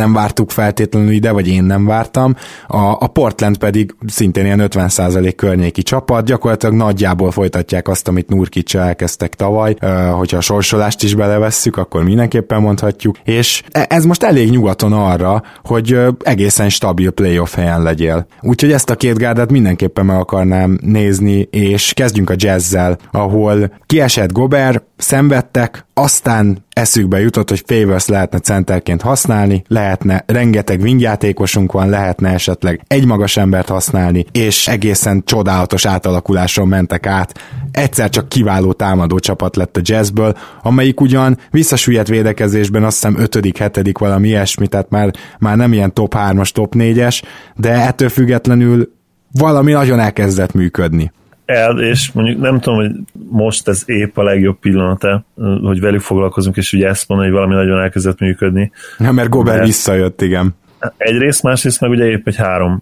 nem vártuk feltétlenül ide, vagy én nem vártam. A Portland pedig szintén ilyen 50% környéki csapat, gyakorlatilag nagyjából folytatják azt, amit Nurkic-sel elkezdtek tavaly, hogyha a sorsolást is belevesszük, akkor mindenképpen mondhatjuk, és ez most elég nyugaton arra, hogy egészen stabil playoff helyen legyél. Úgyhogy ezt a két gárdát mindenképpen meg akarnám nézni, és kezdjünk a Jazzzel, ahol kiesett Gobert, szenvedtek, aztán eszükbe jutott, hogy Favors lehetne centerként használni, lehetne, rengeteg wingjátékosunk van, lehetne esetleg egy magas embert használni, és egészen csodálatos átalakuláson mentek át. Egyszer csak kiváló támadó csapat lett a Jazzből, amelyik ugyan visszasüllyedt védekezésben azt hiszem 5.-7. valami ilyesmi, tehát már nem ilyen top 3-as, top 4-es, de ettől függetlenül valami nagyon elkezdett működni. És mondjuk nem tudom, hogy most ez épp a legjobb pillanata, hogy velük foglalkozunk, és ugye ezt mondani, hogy valami nagyon elkezdett működni. Ja, mert Gobert visszajött, igen. Egyrészt, másrészt meg ugye épp egy 3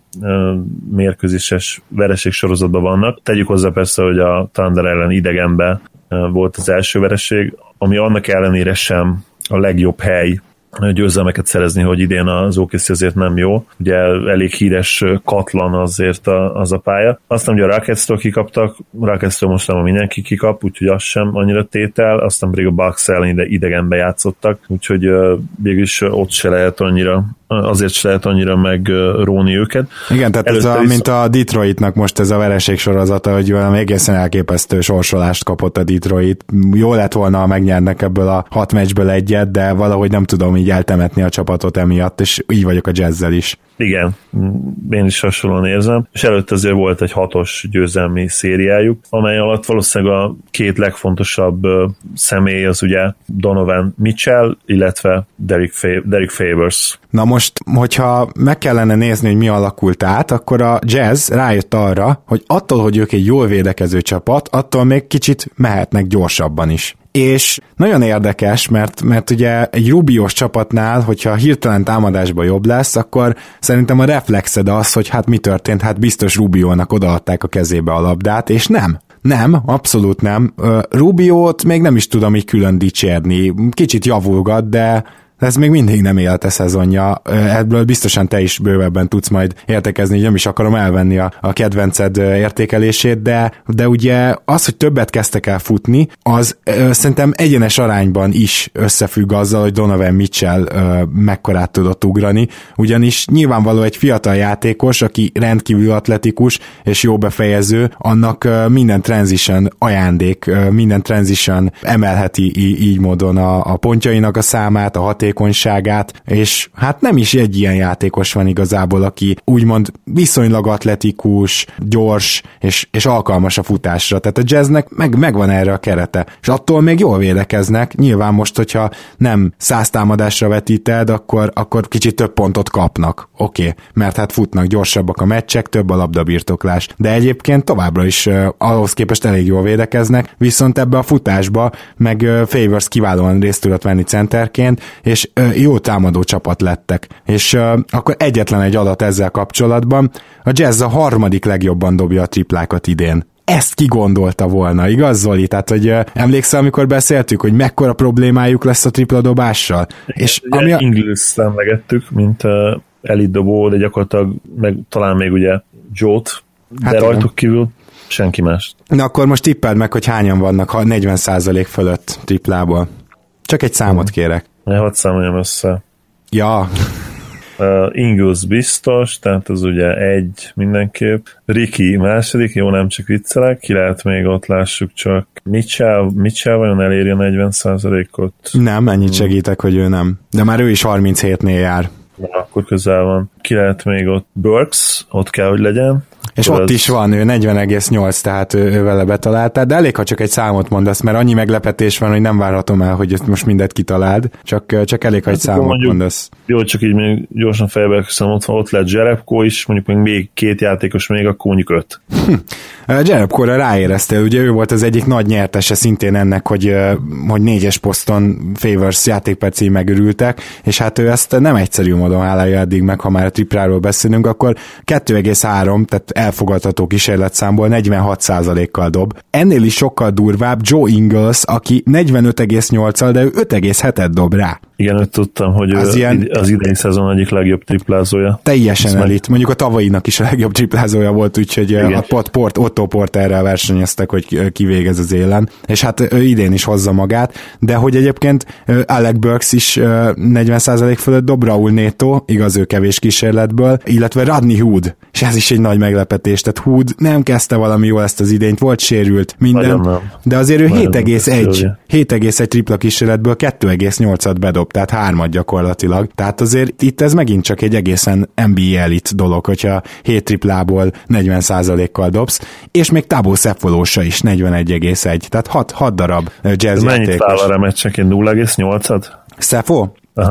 mérkőzéses vereség sorozatban vannak. Tegyük hozzá persze, hogy a Thunder ellen idegenben volt az első vereség, ami annak ellenére sem a legjobb hely győzelmeket szerezni, hogy idén az OKC azért nem jó. Ugye elég híres katlan azért az a pálya. Aztán ugye a Rockets-től kikaptak, Rockets-től most nem mindenki kikap, úgyhogy az sem annyira tétel, aztán pedig a Bucks ellen idegenbe játszottak, úgyhogy végülis ott se lehet annyira, azért se lehet annyira megróni őket. Igen, tehát ez mint a Detroitnak most ez a vereség sorozata, hogy valami egészen elképesztő sorsolást kapott a Detroit. Jó lett volna, ha megnyernek ebből a 6 meccsből egyet, de valahogy nem tudom így eltemetni a csapatot emiatt, és így vagyok a Jazzzel is. Igen, én is hasonlóan érzem, és előtt azért volt egy 6-os győzelmi szériájuk, amely alatt valószínűleg a 2 legfontosabb személy az ugye Donovan Mitchell, illetve Derek Favors. Na most, hogyha meg kellene nézni, hogy mi alakult át, akkor a Jazz rájött arra, hogy attól, hogy ők egy jól védekező csapat, attól még kicsit mehetnek gyorsabban is. És nagyon érdekes, mert ugye egy Rubiós csapatnál, hogyha hirtelen támadásban jobb lesz, akkor szerintem a reflexed az, hogy hát mi történt, hát biztos Rubiónak odaadták a kezébe a labdát, és nem, abszolút nem. Rubiót még nem is tudom így külön dicsérni, kicsit javulgat, de ez még mindig nem élte szezonja, ebből biztosan te is bővebben tudsz majd értekezni, hogy nem is akarom elvenni a kedvenced értékelését, de ugye az, hogy többet kezdtek el futni, az szerintem egyenes arányban is összefügg azzal, hogy Donovan Mitchell mekkorát tudott ugrani, ugyanis nyilvánvaló egy fiatal játékos, aki rendkívül atletikus és jó befejező, annak minden transition ajándék, minden transition emelheti így módon a pontjainak a számát, a hatékonyságát, és hát nem is egy ilyen játékos van igazából, aki úgymond viszonylag atletikus, gyors, és alkalmas a futásra. Tehát a Jazznek megvan erre a kerete. És attól még jól védekeznek. Nyilván most, hogyha nem 100 támadásra vetíted, akkor kicsit több pontot kapnak. Oké, mert hát futnak, gyorsabbak a meccsek, több a labdabirtoklás. De egyébként továbbra is ahhoz képest elég jól védekeznek, viszont ebbe a futásba meg Favors kiválóan részt tudott venni centerként, és jó támadó csapat lettek. És akkor egyetlen egy adat ezzel kapcsolatban, a Jazz a 3. legjobban dobja a triplákat idén. Ezt ki gondolta volna, igaz, Zoli? Tehát, hogy emlékszel, amikor beszéltük, hogy mekkora problémájuk lesz a tripladobással? És ami Ingles emlegettük, mint elitdobó, de gyakorlatilag talán még ugye Joe-t, de hát rajtuk kívül senki más. Na akkor most tippeld meg, hogy hányan vannak 40% fölött triplából. Csak egy számot kérek. Hadd számoljam össze. Ja. Ingles biztos, tehát az ugye 1 mindenképp. Ricky második, jó, nem csak viccelek, ki lehet még ott, lássuk csak. Mitchell vajon eléri a 40%-ot? Nem, ennyit segítek, hogy ő nem. De már ő is 37-nél jár. Na, akkor közel van. Ki lehet még ott? Burks, ott kell, hogy legyen. És ott is van, ő 40,8, tehát ő vele betaláltál, de elég, ha csak egy számot mondasz, mert annyi meglepetés van, hogy nem várhatom el, hogy ezt most mindet kitaláld, csak elég, ha egy számot mondasz. Jó, csak így még gyorsan fejbe köszönöm, ott lett Jerebko is, mondjuk még 2 játékos még, akkor mondjuk 5. Jerebkóra ráéreztél, ugye ő volt az egyik nagy nyertese szintén ennek, hogy 4-es poszton Favors játékpercei megörültek, és hát ő ezt nem egyszerű támadó állája eddig, meg ha már a tripláról beszélünk, akkor 2,3, tehát elfogadható kísérletszámból 46%-kal dob. Ennél is sokkal durvább Joe Ingles, aki 45,8-al, de ő 5,7-et dob rá. Igen, hogy tudtam, hogy az idei szezon egyik legjobb triplázója. Teljesen elit. Mondjuk a tavalyinak is a legjobb triplázója volt, úgyhogy a Otto Porterrel versenyeztek, hogy kivégez az élen. És hát idén is hozza magát, de hogy egyébként Alec Burks is 40% fölött dob, Raul Neto, igaz ő kevés kísérletből, illetve Rodney Hood, és ez is egy nagy meglepetés, tehát Hood nem kezdte valami jól ezt az idényt, volt sérült, minden, de azért ő 7,1 tripla kísérletből 2,8-at bedob, tehát 3 gyakorlatilag, tehát azért itt ez megint csak egy egészen NBA elit dolog, hogyha 7 triplából 40%-kal dobsz, és még Thabo Sefolosha is 41,1, tehát 6 darab jazz játékos. Mennyit vállal a meccsenként, 0,8-at? Szefo?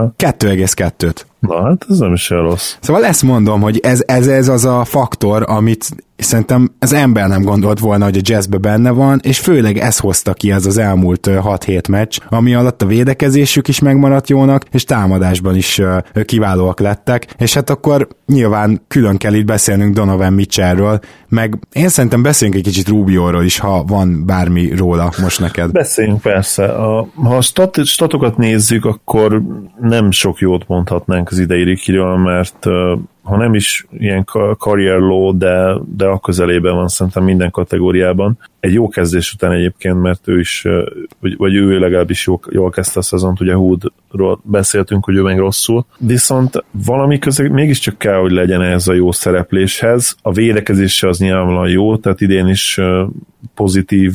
2,2-t. Na, hát ez nem is olyan rossz. Szóval ezt mondom, hogy ez az a faktor, amit szerintem az ember nem gondolt volna, hogy a Jazzbe benne van, és főleg ez hozta ki az elmúlt 6-7 meccs, ami alatt a védekezésük is megmaradt jónak, és támadásban is kiválóak lettek, és hát akkor nyilván külön kell itt beszélnünk Donovan Mitchellről, meg én szerintem beszéljünk egy kicsit Rubioról is, ha van bármi róla most neked. Beszéljünk persze. Ha a statokat nézzük, akkor nem sok jót mondhatnánk az idei Rickyről, mert ha nem is ilyen career low, de a közelében van szerintem minden kategóriában. Egy jó kezdés után egyébként, mert ő is, vagy ő legalábbis jól kezdte a szezont, ugye Hoodról beszéltünk, hogy ő meg rosszul. Viszont valami között mégiscsak kell, hogy legyen ez a jó szerepléshez. A védekezése az nyilvánvalóan jó, tehát idén is pozitív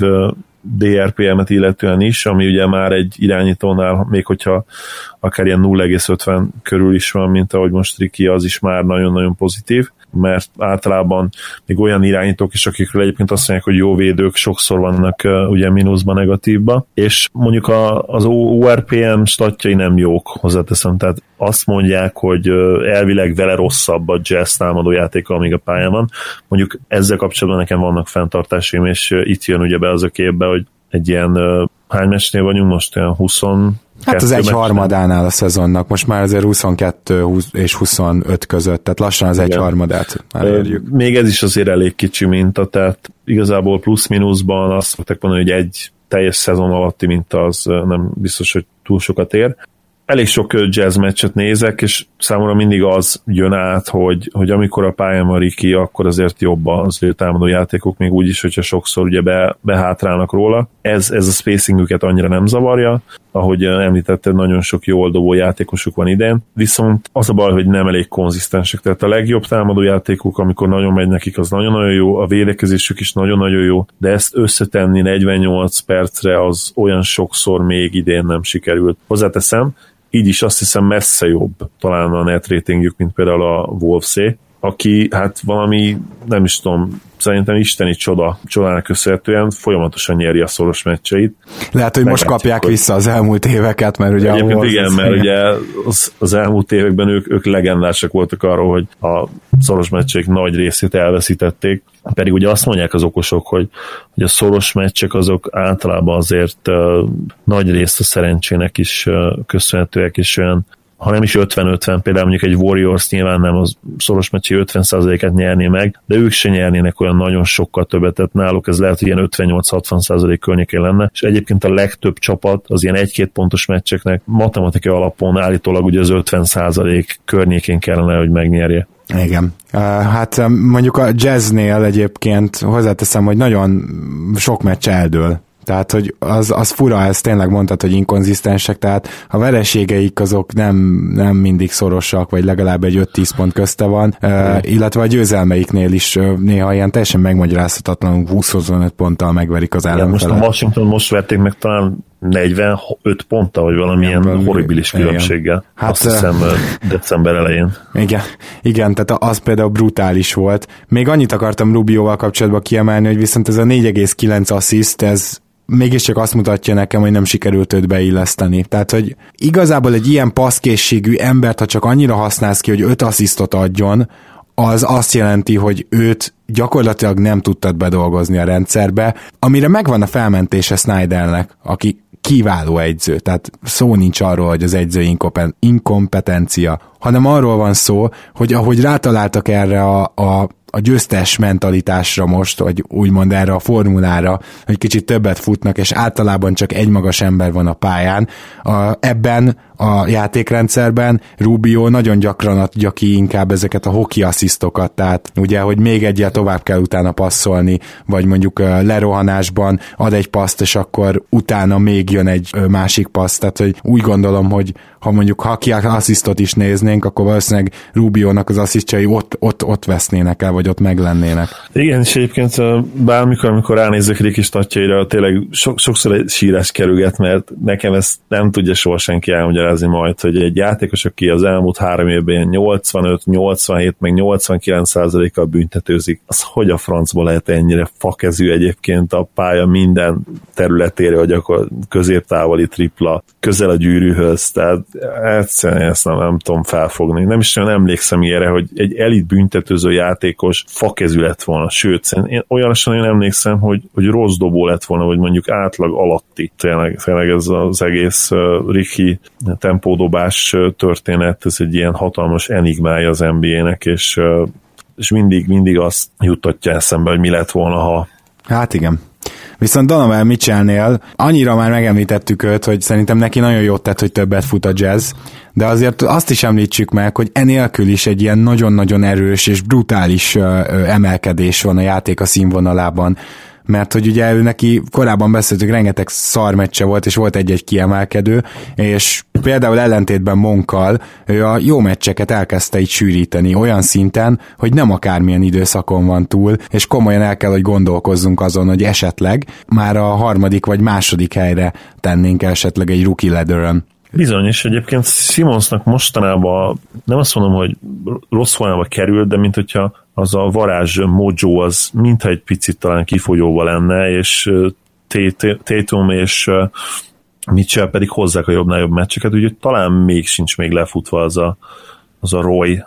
DRPM-et illetően is, ami ugye már egy irányítónál, még hogyha akár ilyen 0,50 körül is van, mint ahogy most Ricky, az is már nagyon-nagyon pozitív, mert általában még olyan irányítók is, akikről egyébként azt mondják, hogy jó védők, sokszor vannak ugye mínuszban, negatívba, és mondjuk az ORPM statjai nem jók, hozzáteszem, tehát azt mondják, hogy elvileg vele rosszabb a Jazz támadó játéka, amíg a pályán van. Mondjuk ezzel kapcsolatban nekem vannak fenntartásaim, és itt jön ugye be az a képbe, hogy egy ilyen hány meccsnél vagyunk most, olyan 20. Hát az 1/3 a szezonnak, most már azért 22 és 25 között, tehát lassan az 1/3 elérjük. Még ez is azért elég kicsi minta, tehát igazából plusz-minuszban azt szokták mondani, hogy egy teljes szezon alatti minta az nem biztos, hogy túl sokat ér. Elég sok Jazz meccset nézek, és számomra mindig az jön át, hogy amikor a pályán van Ricky, akkor azért jobb az ő támadó játékok, még úgy is, hogyha sokszor ugye behátrálnak róla. Ez a spacingüket annyira nem zavarja, ahogy említetted, nagyon sok jól dobó játékosuk van idén, viszont az a baj, hogy nem elég konzisztensek, tehát a legjobb támadó játékuk, amikor nagyon megy nekik, az nagyon-nagyon jó, a védekezésük is nagyon-nagyon jó, de ezt összetenni 48 percre az olyan sokszor még idén nem sikerült. Hozzáteszem, így is azt hiszem messze jobb talán a net ratingjük, mint például a Wolvesé, aki hát valami, nem is tudom, szerintem isteni csodának köszönhetően folyamatosan nyeri a szoros meccseit. Lehet, hogy most kapják vissza az elmúlt éveket, mert ugye egyébként igen, mert ugye az elmúlt években ők legendásak voltak arról, hogy a szoros meccseik nagy részét elveszítették, pedig ugye azt mondják az okosok, hogy a szoros meccsek azok általában azért nagy részt a szerencsének is köszönhetőek, és olyan, ha nem is 50-50, például mondjuk egy Warriors nyilván nem az szoros meccsé 50%-át nyerné meg, de ők se nyernének olyan nagyon sokkal többet, tehát náluk ez lehet, hogy ilyen 58-60% környékén lenne, és egyébként a legtöbb csapat az ilyen 1-2 pontos meccseknek matematikai alapon állítólag ugye az 50% környékén kellene, hogy megnyerje. Igen. Hát mondjuk a Jazznél egyébként hozzáteszem, hogy nagyon sok meccs eldől. Tehát, hogy az fura, ezt tényleg mondtad, hogy inkonzisztensek, tehát a vereségeik azok nem mindig szorosak, vagy legalább egy 5-10 pont közte van, illetve a győzelmeiknél is néha ilyen teljesen megmagyarázhatatlanul 20-25 ponttal megverik az ellenfelet. Most a Washington most verték meg talán 45 ponttal, vagy valamilyen horribilis különbséggel. Hát, azt hiszem december elején. Igen, tehát az például brutális volt. Még annyit akartam Rubioval kapcsolatban kiemelni, hogy viszont ez a 4,9 assziszt, ez mégiscsak azt mutatja nekem, hogy nem sikerült őt beilleszteni. Tehát, hogy igazából egy ilyen passzkészségű embert, ha csak annyira használsz ki, hogy 5 asszisztot adjon, az azt jelenti, hogy őt gyakorlatilag nem tudtad bedolgozni a rendszerbe, amire megvan a felmentése Snydernek, aki kiváló egyző, tehát szó nincs arról, hogy az egyző inkompetencia, hanem arról van szó, hogy ahogy rátaláltak erre a győztes mentalitásra most, vagy úgymond erre a formulára, hogy kicsit többet futnak, és általában csak egy magas ember van a pályán. Ebben a játékrendszerben Rubio nagyon gyakran adja ki inkább ezeket a hockey asszisztokat, tehát ugye, hogy még egyel tovább kell utána passzolni, vagy mondjuk lerohanásban ad egy paszt, és akkor utána még jön egy másik passz, tehát hogy úgy gondolom, hogy ha mondjuk hockey asszisztot is néznénk, akkor valószínűleg Rubiónak az asszisztjai ott vesznének el, vagy ott meglennének. Igen, és egyébként bármikor, amikor ránézek Ricky statjaira, tényleg sokszor sírás kerülget, mert nekem ezt nem tudja soha senki elmagyarázni majd, hogy egy játékos, aki az elmúlt 3 évben 85, 87, meg 89%-kal büntetőzik, az hogy a francból lehet ennyire fakezű egyébként a pálya minden területére, hogy akkor középtávoli tripla, közel a gyűrűhöz, tehát egyszerűen ezt nem tudom felfogni. Nem is olyan emlékszem ilyenre, hogy egy elit büntetőző játékos fakezű lett volna, sőt, én olyanra nem emlékszem, hogy rossz dobó lett volna, vagy mondjuk átlag alatti. Tényleg ez az egész Ricky tempódobás történet, ez egy ilyen hatalmas enigmája az NBA-nek, és mindig azt juttatja eszembe, hogy mi lett volna, ha... Hát igen. Viszont Donovan Mitchellnél annyira már megemlítettük őt, hogy szerintem neki nagyon jót tett, hogy többet fut a Jazz, de azért azt is említsük meg, hogy enélkül is egy ilyen nagyon-nagyon erős és brutális emelkedés van a játék a színvonalában, mert hogy ugye ő neki korábban beszéltük, rengeteg szarmeccse volt, és volt egy-egy kiemelkedő, és például ellentétben Monkkal ő a jó meccseket elkezdte így sűríteni olyan szinten, hogy nem akármilyen időszakon van túl, és komolyan el kell, hogy gondolkozzunk azon, hogy esetleg már a 3. vagy 2. helyre tennénk esetleg egy rookie ladderön. Bizony, és egyébként Simmonsnak mostanában nem azt mondom, hogy rossz formába került, de mint hogyha az a varázs mojo az mintha egy picit talán kifogyóval lenne, és Tatum és Mitchell pedig hozzák a jobbnál jobb meccseket, úgyhogy talán még sincs még lefutva az a Roy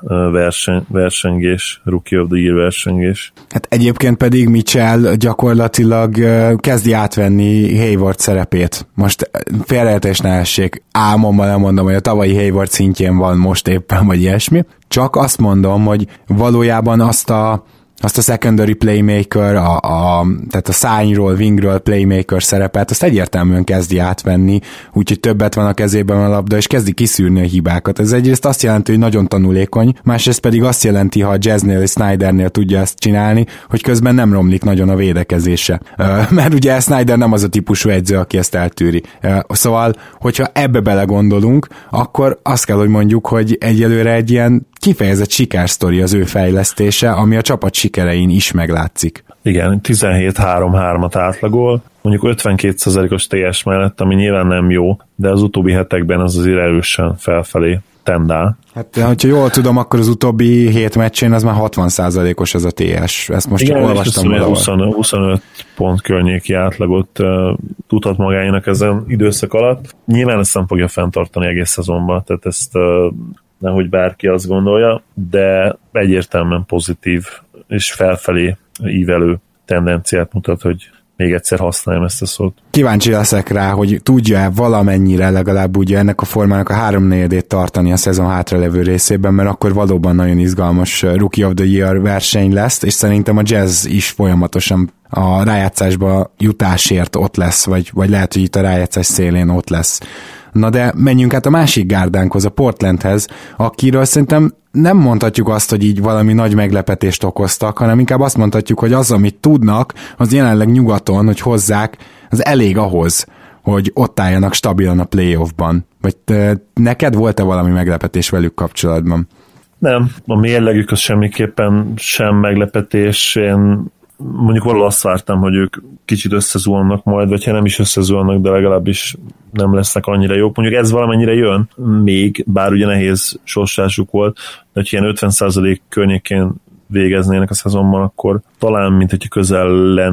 versengés, Rookie of the Year versengés. Hát egyébként pedig Mitchell gyakorlatilag kezdi átvenni Hayward szerepét. Most félreértés ne essék, álmommal nem mondom, hogy a tavalyi Hayward szintjén van most éppen, vagy ilyesmi. Csak azt mondom, hogy valójában azt a secondary playmaker, tehát a szárnyról, wingről playmaker szerepet, azt egyértelműen kezdi átvenni, úgyhogy többet van a kezében a labda, és kezdi kiszűrni a hibákat. Ez egyrészt azt jelenti, hogy nagyon tanulékony, másrészt pedig azt jelenti, ha a Jazznél és Snydernél tudja ezt csinálni, hogy közben nem romlik nagyon a védekezése. Mert ugye Snyder nem az a típusú edző, aki ezt eltűri. Szóval, hogyha ebbe belegondolunk, akkor azt kell, hogy mondjuk, hogy egyelőre egy ilyen kifejezett sikersztori az ő fejlesztése, ami a csapat sikerein is meglátszik. Igen, 17-3-3-at átlagol, mondjuk 52%-os TS mellett, ami nyilván nem jó, de az utóbbi hetekben az azért erősen felfelé tendál. Hát, hogyha jól tudom, akkor az utóbbi 7 meccsén az már 60%-os az a TS. Ezt most igen, csak olvastam valahol. 25 pont környéki átlagot tudhat magának ezen időszak alatt. Nyilván ezt nem fogja fenntartani egész szezonban, tehát ezt nehogy bárki azt gondolja, de egyértelműen pozitív és felfelé ívelő tendenciát mutat, hogy még egyszer használjam ezt a szót. Kíváncsi leszek rá, hogy tudja-e valamennyire legalább ugye ennek a formának a 3/4-ét tartani a szezon hátralevő részében, mert akkor valóban nagyon izgalmas Rookie of the Year verseny lesz, és szerintem a Jazz is folyamatosan a rájátszásba jutásért ott lesz, vagy lehet, hogy itt a rájátszás szélén ott lesz. Na de menjünk át a másik gárdánkhoz, a Portlandhez, akiről szerintem nem mondhatjuk azt, hogy így valami nagy meglepetést okoztak, hanem inkább azt mondhatjuk, hogy az, amit tudnak, az jelenleg nyugaton, hogy hozzák, az elég ahhoz, hogy ott álljanak stabilan a playoffban. Vagy neked volt-e valami meglepetés velük kapcsolatban? Nem, a mérlegük az semmiképpen sem meglepetés. Én mondjuk valahol azt vártam, hogy ők kicsit összezuhannak majd, vagy ha nem is összezuhannak, de legalábbis nem lesznek annyira jók. Mondjuk ez valamennyire jön még, bár ugye nehéz sorsásuk volt, de hogyha ilyen 50% környékén végeznének a szezonban, akkor talán, mint hogyha közel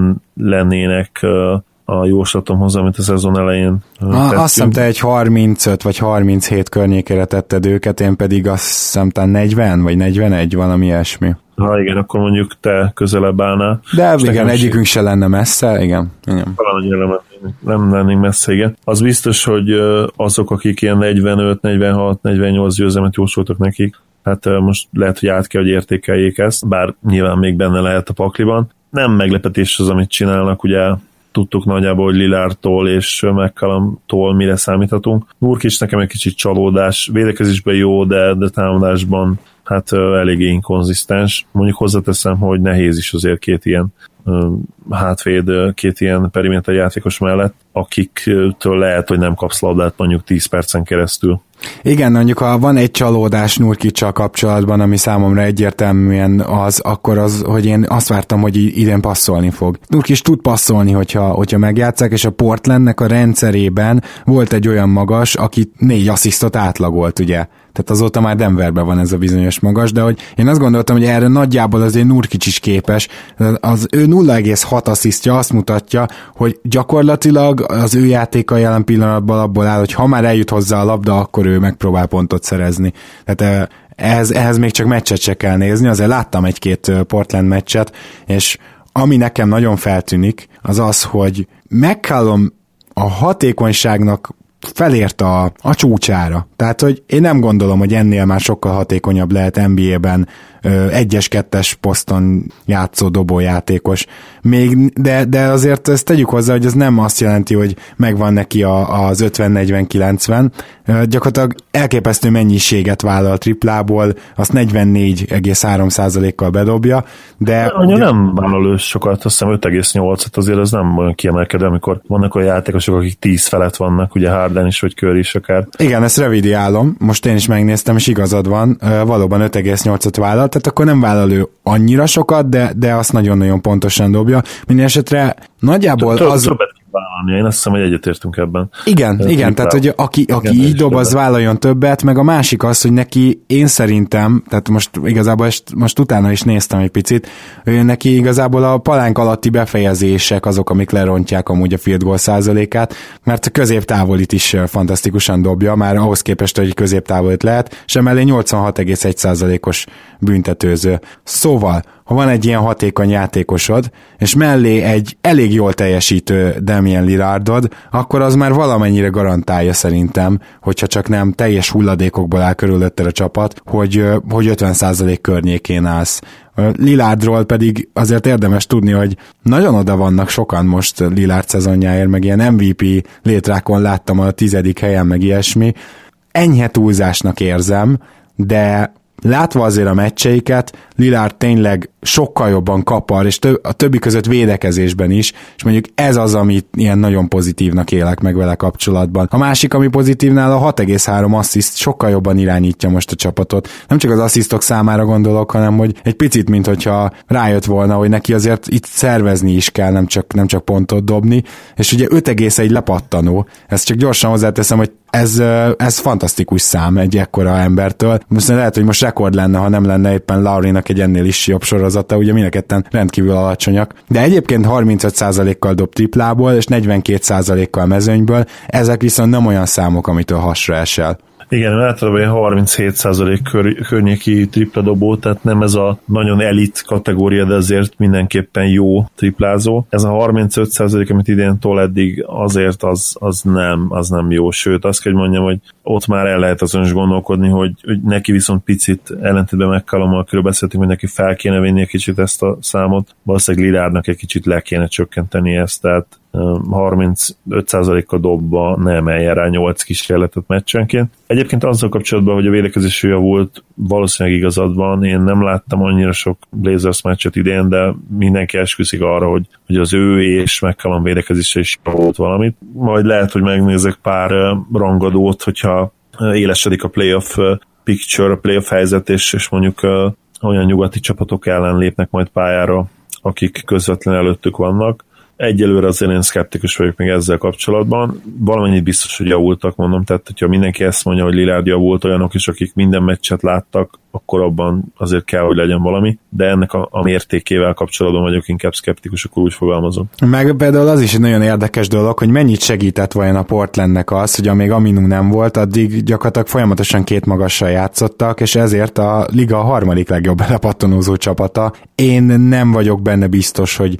lennének a jóslatomhoz, amit a szezon elején tettünk. Azt hiszem, te egy 35 vagy 37 környékére tetted őket, én pedig azt hiszem, 40 vagy 41, valami ilyesmi. Ha igen, akkor mondjuk te közelebb állnál. De igen, egyikünk se lenne messze, igen. Nem lennénk messze, igen. Az biztos, hogy azok, akik ilyen 45, 46, 48 győzelmet jósoltak nekik, hát most lehet, hogy át kell, hogy értékeljék ezt, bár nyilván még benne lehet a pakliban. Nem meglepetés az, amit csinálnak, ugye tudtuk nagyjából, hogy Lillardtól és McCallumtól mire számíthatunk. Nurkic nekem egy kicsit csalódás, védekezésben jó, de támadásban hát eléggé inkonzisztens. Mondjuk hozzáteszem, hogy nehéz is azért két ilyen hátvéd, két ilyen periméter játékos mellett, akiktől lehet, hogy nem kapsz labdát mondjuk 10 percen keresztül. Igen, mondjuk ha van egy csalódás Nurkic-sal kapcsolatban, ami számomra egyértelműen az, akkor az, hogy én azt vártam, hogy idén passzolni fog. Nurkic tud passzolni, hogyha megjátszák, és a Portlandnek a rendszerében volt egy olyan magas, aki 4 asszisztot átlagolt, ugye? Tehát azóta már Denverben van ez a bizonyos magas, de hogy én azt gondoltam, hogy erre nagyjából azért Nurkic is képes. Az ő 0,6 asszisztja azt mutatja, hogy gyakorlatilag az ő játéka jelen pillanatban abból áll, hogy ha már eljut hozzá a labda, akkor ő megpróbál pontot szerezni. Tehát ehhez még csak meccset se kell nézni, azért láttam egy-két Portland meccset, és ami nekem nagyon feltűnik, az az, hogy McCallum a hatékonyságnak felért a csúcsára. Tehát, hogy én nem gondolom, hogy ennél már sokkal hatékonyabb lehet NBA-ben 1-2-es poszton játszó dobójátékos. De azért ezt tegyük hozzá, hogy ez nem azt jelenti, hogy megvan neki az 50-40-90. Gyakorlatilag elképesztő mennyiséget vállal triplából, azt 44,3%-kal bedobja, de... Anya nem vállal ő sokat, azt hiszem 5,8-at, azért ez nem olyan kiemelkedő, amikor vannak olyan játékosok, akik 10 felett vannak, ugye Harden is, vagy Curry is akár. Igen, ezt revidiálom, most én is megnéztem, és igazad van, valóban 5,8-at vállal, tehát akkor nem vállal ő annyira sokat, de azt nagyon-nagyon pontosan dobja. Minden esetre nagyjából az... vállalni. Én azt hiszem, hogy egyetértünk ebben. Igen, tehát hogy aki így dob, az vállaljon többet, meg a másik az, hogy neki én szerintem, tehát most igazából most utána is néztem egy picit, neki igazából a palánk alatti befejezések azok, amik lerontják amúgy a field goal százalékát, mert a középtávolit is fantasztikusan dobja, már ahhoz képest, hogy középtávolit lehet, és emellé 86,1%-os büntetőző. Szóval, ha van egy ilyen hatékony játékosod, és mellé egy elég jól teljesítő Damian Lillardod, akkor az már valamennyire garantálja szerintem, hogyha csak nem teljes hulladékokból áll körülötted a csapat, hogy 50% környékén állsz. Lillardról pedig azért érdemes tudni, hogy nagyon oda vannak sokan most Lillard szezonjáért, meg ilyen MVP létrákon láttam a 10. helyen, meg ilyesmi. Enyhe túlzásnak érzem, de látva azért a meccseiket, Lillard tényleg sokkal jobban kapar, és a többi között védekezésben is, és mondjuk ez az, amit ilyen nagyon pozitívnak élek meg vele kapcsolatban. A másik, ami pozitívnál a 6,3 assziszt sokkal jobban irányítja most a csapatot. Nem csak az asszisztok számára gondolok, hanem hogy egy picit, mint hogyha rájött volna, hogy neki azért itt szervezni is kell, nem csak pontot dobni, és ugye 5,1 lepattanó, ezt csak gyorsan hozzáteszem, hogy ez fantasztikus szám egy ekkora embertől. Most lehet, hogy most rekord lenne, ha nem lenne éppen Laurinak egy ennél is jobb sorozata, ugye mind a ketten rendkívül alacsonyak. De egyébként 35%-kal dob triplából, és 42%-kal mezőnyből, ezek viszont nem olyan számok, amitől hasra esel. Igen, általában 37% környéki tripla dobó, tehát nem ez a nagyon elit kategória, de azért mindenképpen jó triplázó. Ez a 35%, amit idén tol eddig, azért az nem jó. Sőt, azt kell, hogy mondjam, hogy ott már el lehet azon is gondolkodni, hogy neki viszont picit ellentétben McCallummal körül beszéltünk, hogy neki fel kéne vinni egy kicsit ezt a számot. Valószínűleg Lillardnak egy kicsit le kéne csökkenteni ezt, tehát 35%-kal dobva ne emeljen rá 8 kísérletet meccsenként. Egyébként azzal kapcsolatban, hogy a védekezés javult, valószínűleg igazad van, én nem láttam annyira sok Blazers meccset idén, de mindenki esküszik arra, hogy az ő és McCallum védekezése is javult valamit. Majd lehet, hogy megnézek pár rangadót, hogyha élesedik a playoff picture, a playoff helyzet, és mondjuk olyan nyugati csapatok ellen lépnek majd pályára, akik közvetlenül előttük vannak. Egyelőre azért én szkeptikus vagyok még ezzel kapcsolatban. Valamennyit biztos, hogy javultak, mondom, tehát hogyha mindenki ezt mondja, hogy Lillard javult, olyanok is, akik minden meccset láttak, akkor abban azért kell, hogy legyen valami, de ennek a mértékével kapcsolatban vagyok inkább szkeptikus, akkor úgy fogalmazom. Meg például az is egy nagyon érdekes dolog, hogy mennyit segített vajon a Portlandnek az, hogy amíg Aminu nem volt, addig gyakorlatilag folyamatosan két magassal játszottak, és ezért a liga a harmadik legjobb lepattanózó csapata. Én nem vagyok benne biztos, hogy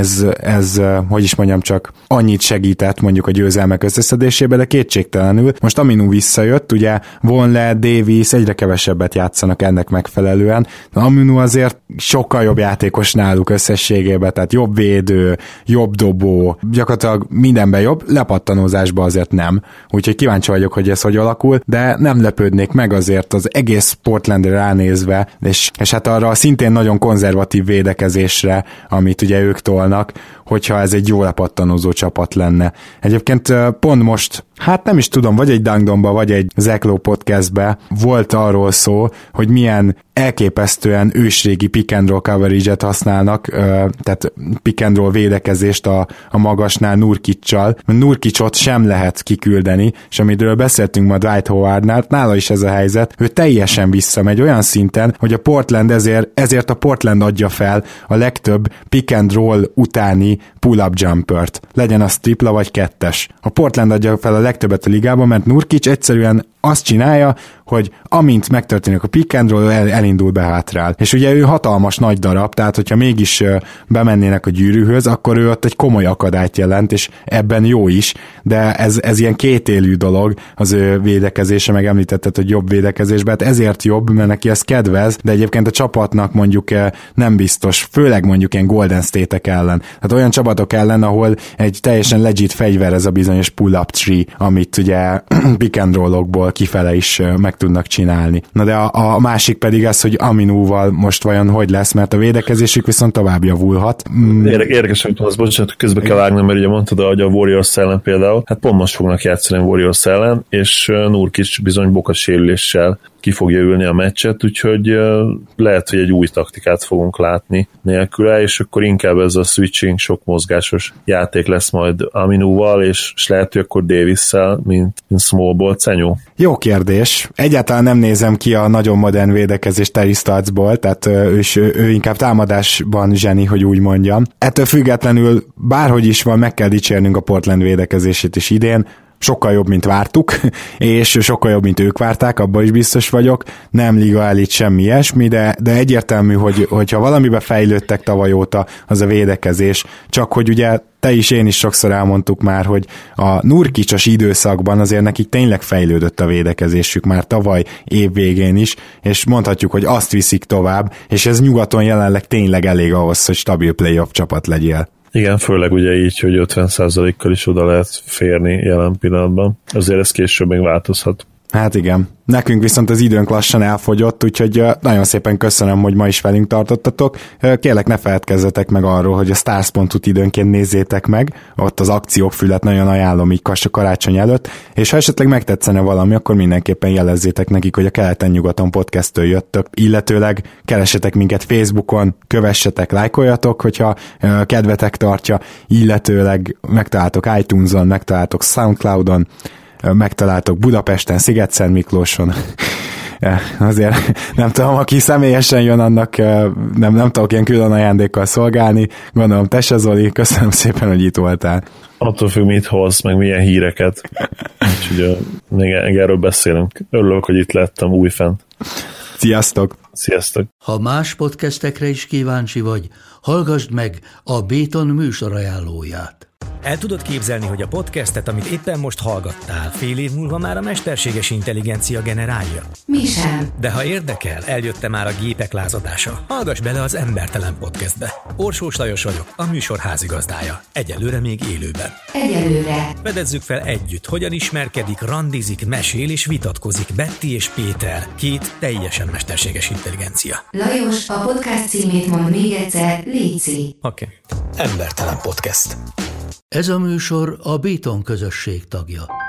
ez hogy is mondjam, csak annyit segített mondjuk a győzelmek összeszedésébe, de kétségtelenül. Most Aminu visszajött, ugye Vonleh, Davis egyre kevesebbet játszanak ennek megfelelően. Aminu azért sokkal jobb játékos náluk összességében, tehát jobb védő, jobb dobó, gyakorlatilag mindenben jobb, lepattanózásban azért nem. Úgyhogy kíváncsi vagyok, hogy ez hogy alakul, de nem lepődnék meg azért az egész Portlandre ránézve, és hát arra szintén nagyon konzervatív védekezésre, amit ugye ők tolnak, hogyha ez egy jó lepattanózó csapat lenne. Egyébként pont most, hát nem is tudom, vagy egy Dangdomba, vagy egy Zach Lowe podcastbe volt arról szó, hogy milyen elképesztően ősrégi pick and roll coverage-et használnak, tehát pick and roll védekezést a magasnál Nurkic-csal. Nurkicot sem lehet kiküldeni, és amiről beszéltünk ma Dwight Howardnál, nála is ez a helyzet, ő teljesen visszamegy olyan szinten, hogy a Portland ezért a Portland adja fel a legtöbb pick and roll utáni pull-up jumpert. Legyen az tripla vagy kettes. A Portland adja fel a legtöbbet a ligában, mert Nurkic egyszerűen azt csinálja, hogy amint megtörténik a pick and roll, elindul be hátrál. És ugye ő hatalmas nagy darab, tehát hogyha mégis bemennének a gyűrűhöz, akkor ő ott egy komoly akadályt jelent, és ebben jó is, de ez ilyen kétélű dolog az ő védekezése, meg említetted, hogy jobb védekezésben, hát ezért jobb, mert neki ez kedvez, de egyébként a csapatnak mondjuk nem biztos, főleg mondjuk ilyen Golden State-ek ellen. Tehát olyan csapatok ellen, ahol egy teljesen legit fegyver ez a bizonyos pull-up tree, amit ugye pick and roll-okból kifele is meg tudnak csinálni. Na de a másik pedig az, hogy Aminúval most vajon hogy lesz, mert a védekezésük viszont tovább javulhat. Érdekes, hogy az bocsánat, közbe kell vágnom, mert ugye mondtad, hogy a Warriors ellen például, hát pont most fognak játszani a Warriors ellen, és Nurkic bizony bokadsérüléssel ki fogja ülni a meccset, úgyhogy lehet, hogy egy új taktikát fogunk látni nélküle, és akkor inkább ez a switching, sok mozgásos játék lesz majd Aminúval, és lehet, hogy akkor Davisszel, mint small ball cenyó. Jó kérdés. Egyáltalán nem nézem ki a nagyon modern védekezés Terry Stottsból, tehát ő inkább támadásban zseni, hogy úgy mondjam. Ettől függetlenül bárhogy is van, meg kell dicsérnünk a Portland védekezését is idén, sokkal jobb, mint vártuk, és sokkal jobb, mint ők várták, abban is biztos vagyok. Nem liga elit, semmi ilyesmi, de egyértelmű, hogyha valamibe fejlődtek tavaly óta, az a védekezés, csak hogy ugye te is, én is sokszor elmondtuk már, hogy a Nurkicos időszakban azért nekik tényleg fejlődött a védekezésük már tavaly év végén is, és mondhatjuk, hogy azt viszik tovább, és ez nyugaton jelenleg tényleg elég ahhoz, hogy stabil playoff csapat legyél. Igen, főleg ugye így, hogy 50%-kal is oda lehet férni jelen pillanatban. Azért ez később még változhat. Hát igen. Nekünk viszont az időnk lassan elfogyott, úgyhogy nagyon szépen köszönöm, hogy ma is velünk tartottatok. Kérlek, ne feledkezzetek meg arról, hogy a Stars.hu-t időnként nézzétek meg, ott az akciófület nagyon ajánlom így karácsony előtt, és ha esetleg megtetszene valami, akkor mindenképpen jelezzétek nekik, hogy a Keleten-nyugaton podcasttől jöttök, illetőleg keressetek minket Facebookon, kövessetek, lájkoljatok, hogyha kedvetek tartja, illetőleg megtaláltok iTunes-on, megtaláltok SoundCloud-on, megtaláltok Budapesten, Sziget-Szent Miklóson. Azért nem tudom, aki személyesen jön, annak nem tudok ilyen külön ajándékkal szolgálni. Gondolom, te se, Zoli, köszönöm szépen, hogy itt voltál. Attól függ, mit hoz, meg milyen híreket. Úgyhogy még erről beszélünk. Örülök, hogy itt lettem újfent. Sziasztok! Sziasztok! Ha más podcastekre is kíváncsi vagy, hallgassd meg a Béton műsor ajánlóját. El tudod képzelni, hogy a podcastet, amit éppen most hallgattál, fél év múlva már a mesterséges intelligencia generálja? Mi sem. De ha érdekel, eljött már a gépek lázadása. Hallgass bele az Embertelen Podcastbe. Orsós Lajos vagyok, a műsor házigazdája. Egyelőre még élőben. Egyelőre. Fedezzük fel együtt, hogyan ismerkedik, randizik, mesél és vitatkozik Betty és Péter, két teljesen mesterséges intelligencia. Lajos, a podcast címét mond még egyszer, léci. Oké. Embertelen Podcast. Ez a műsor a Béton közösség tagja.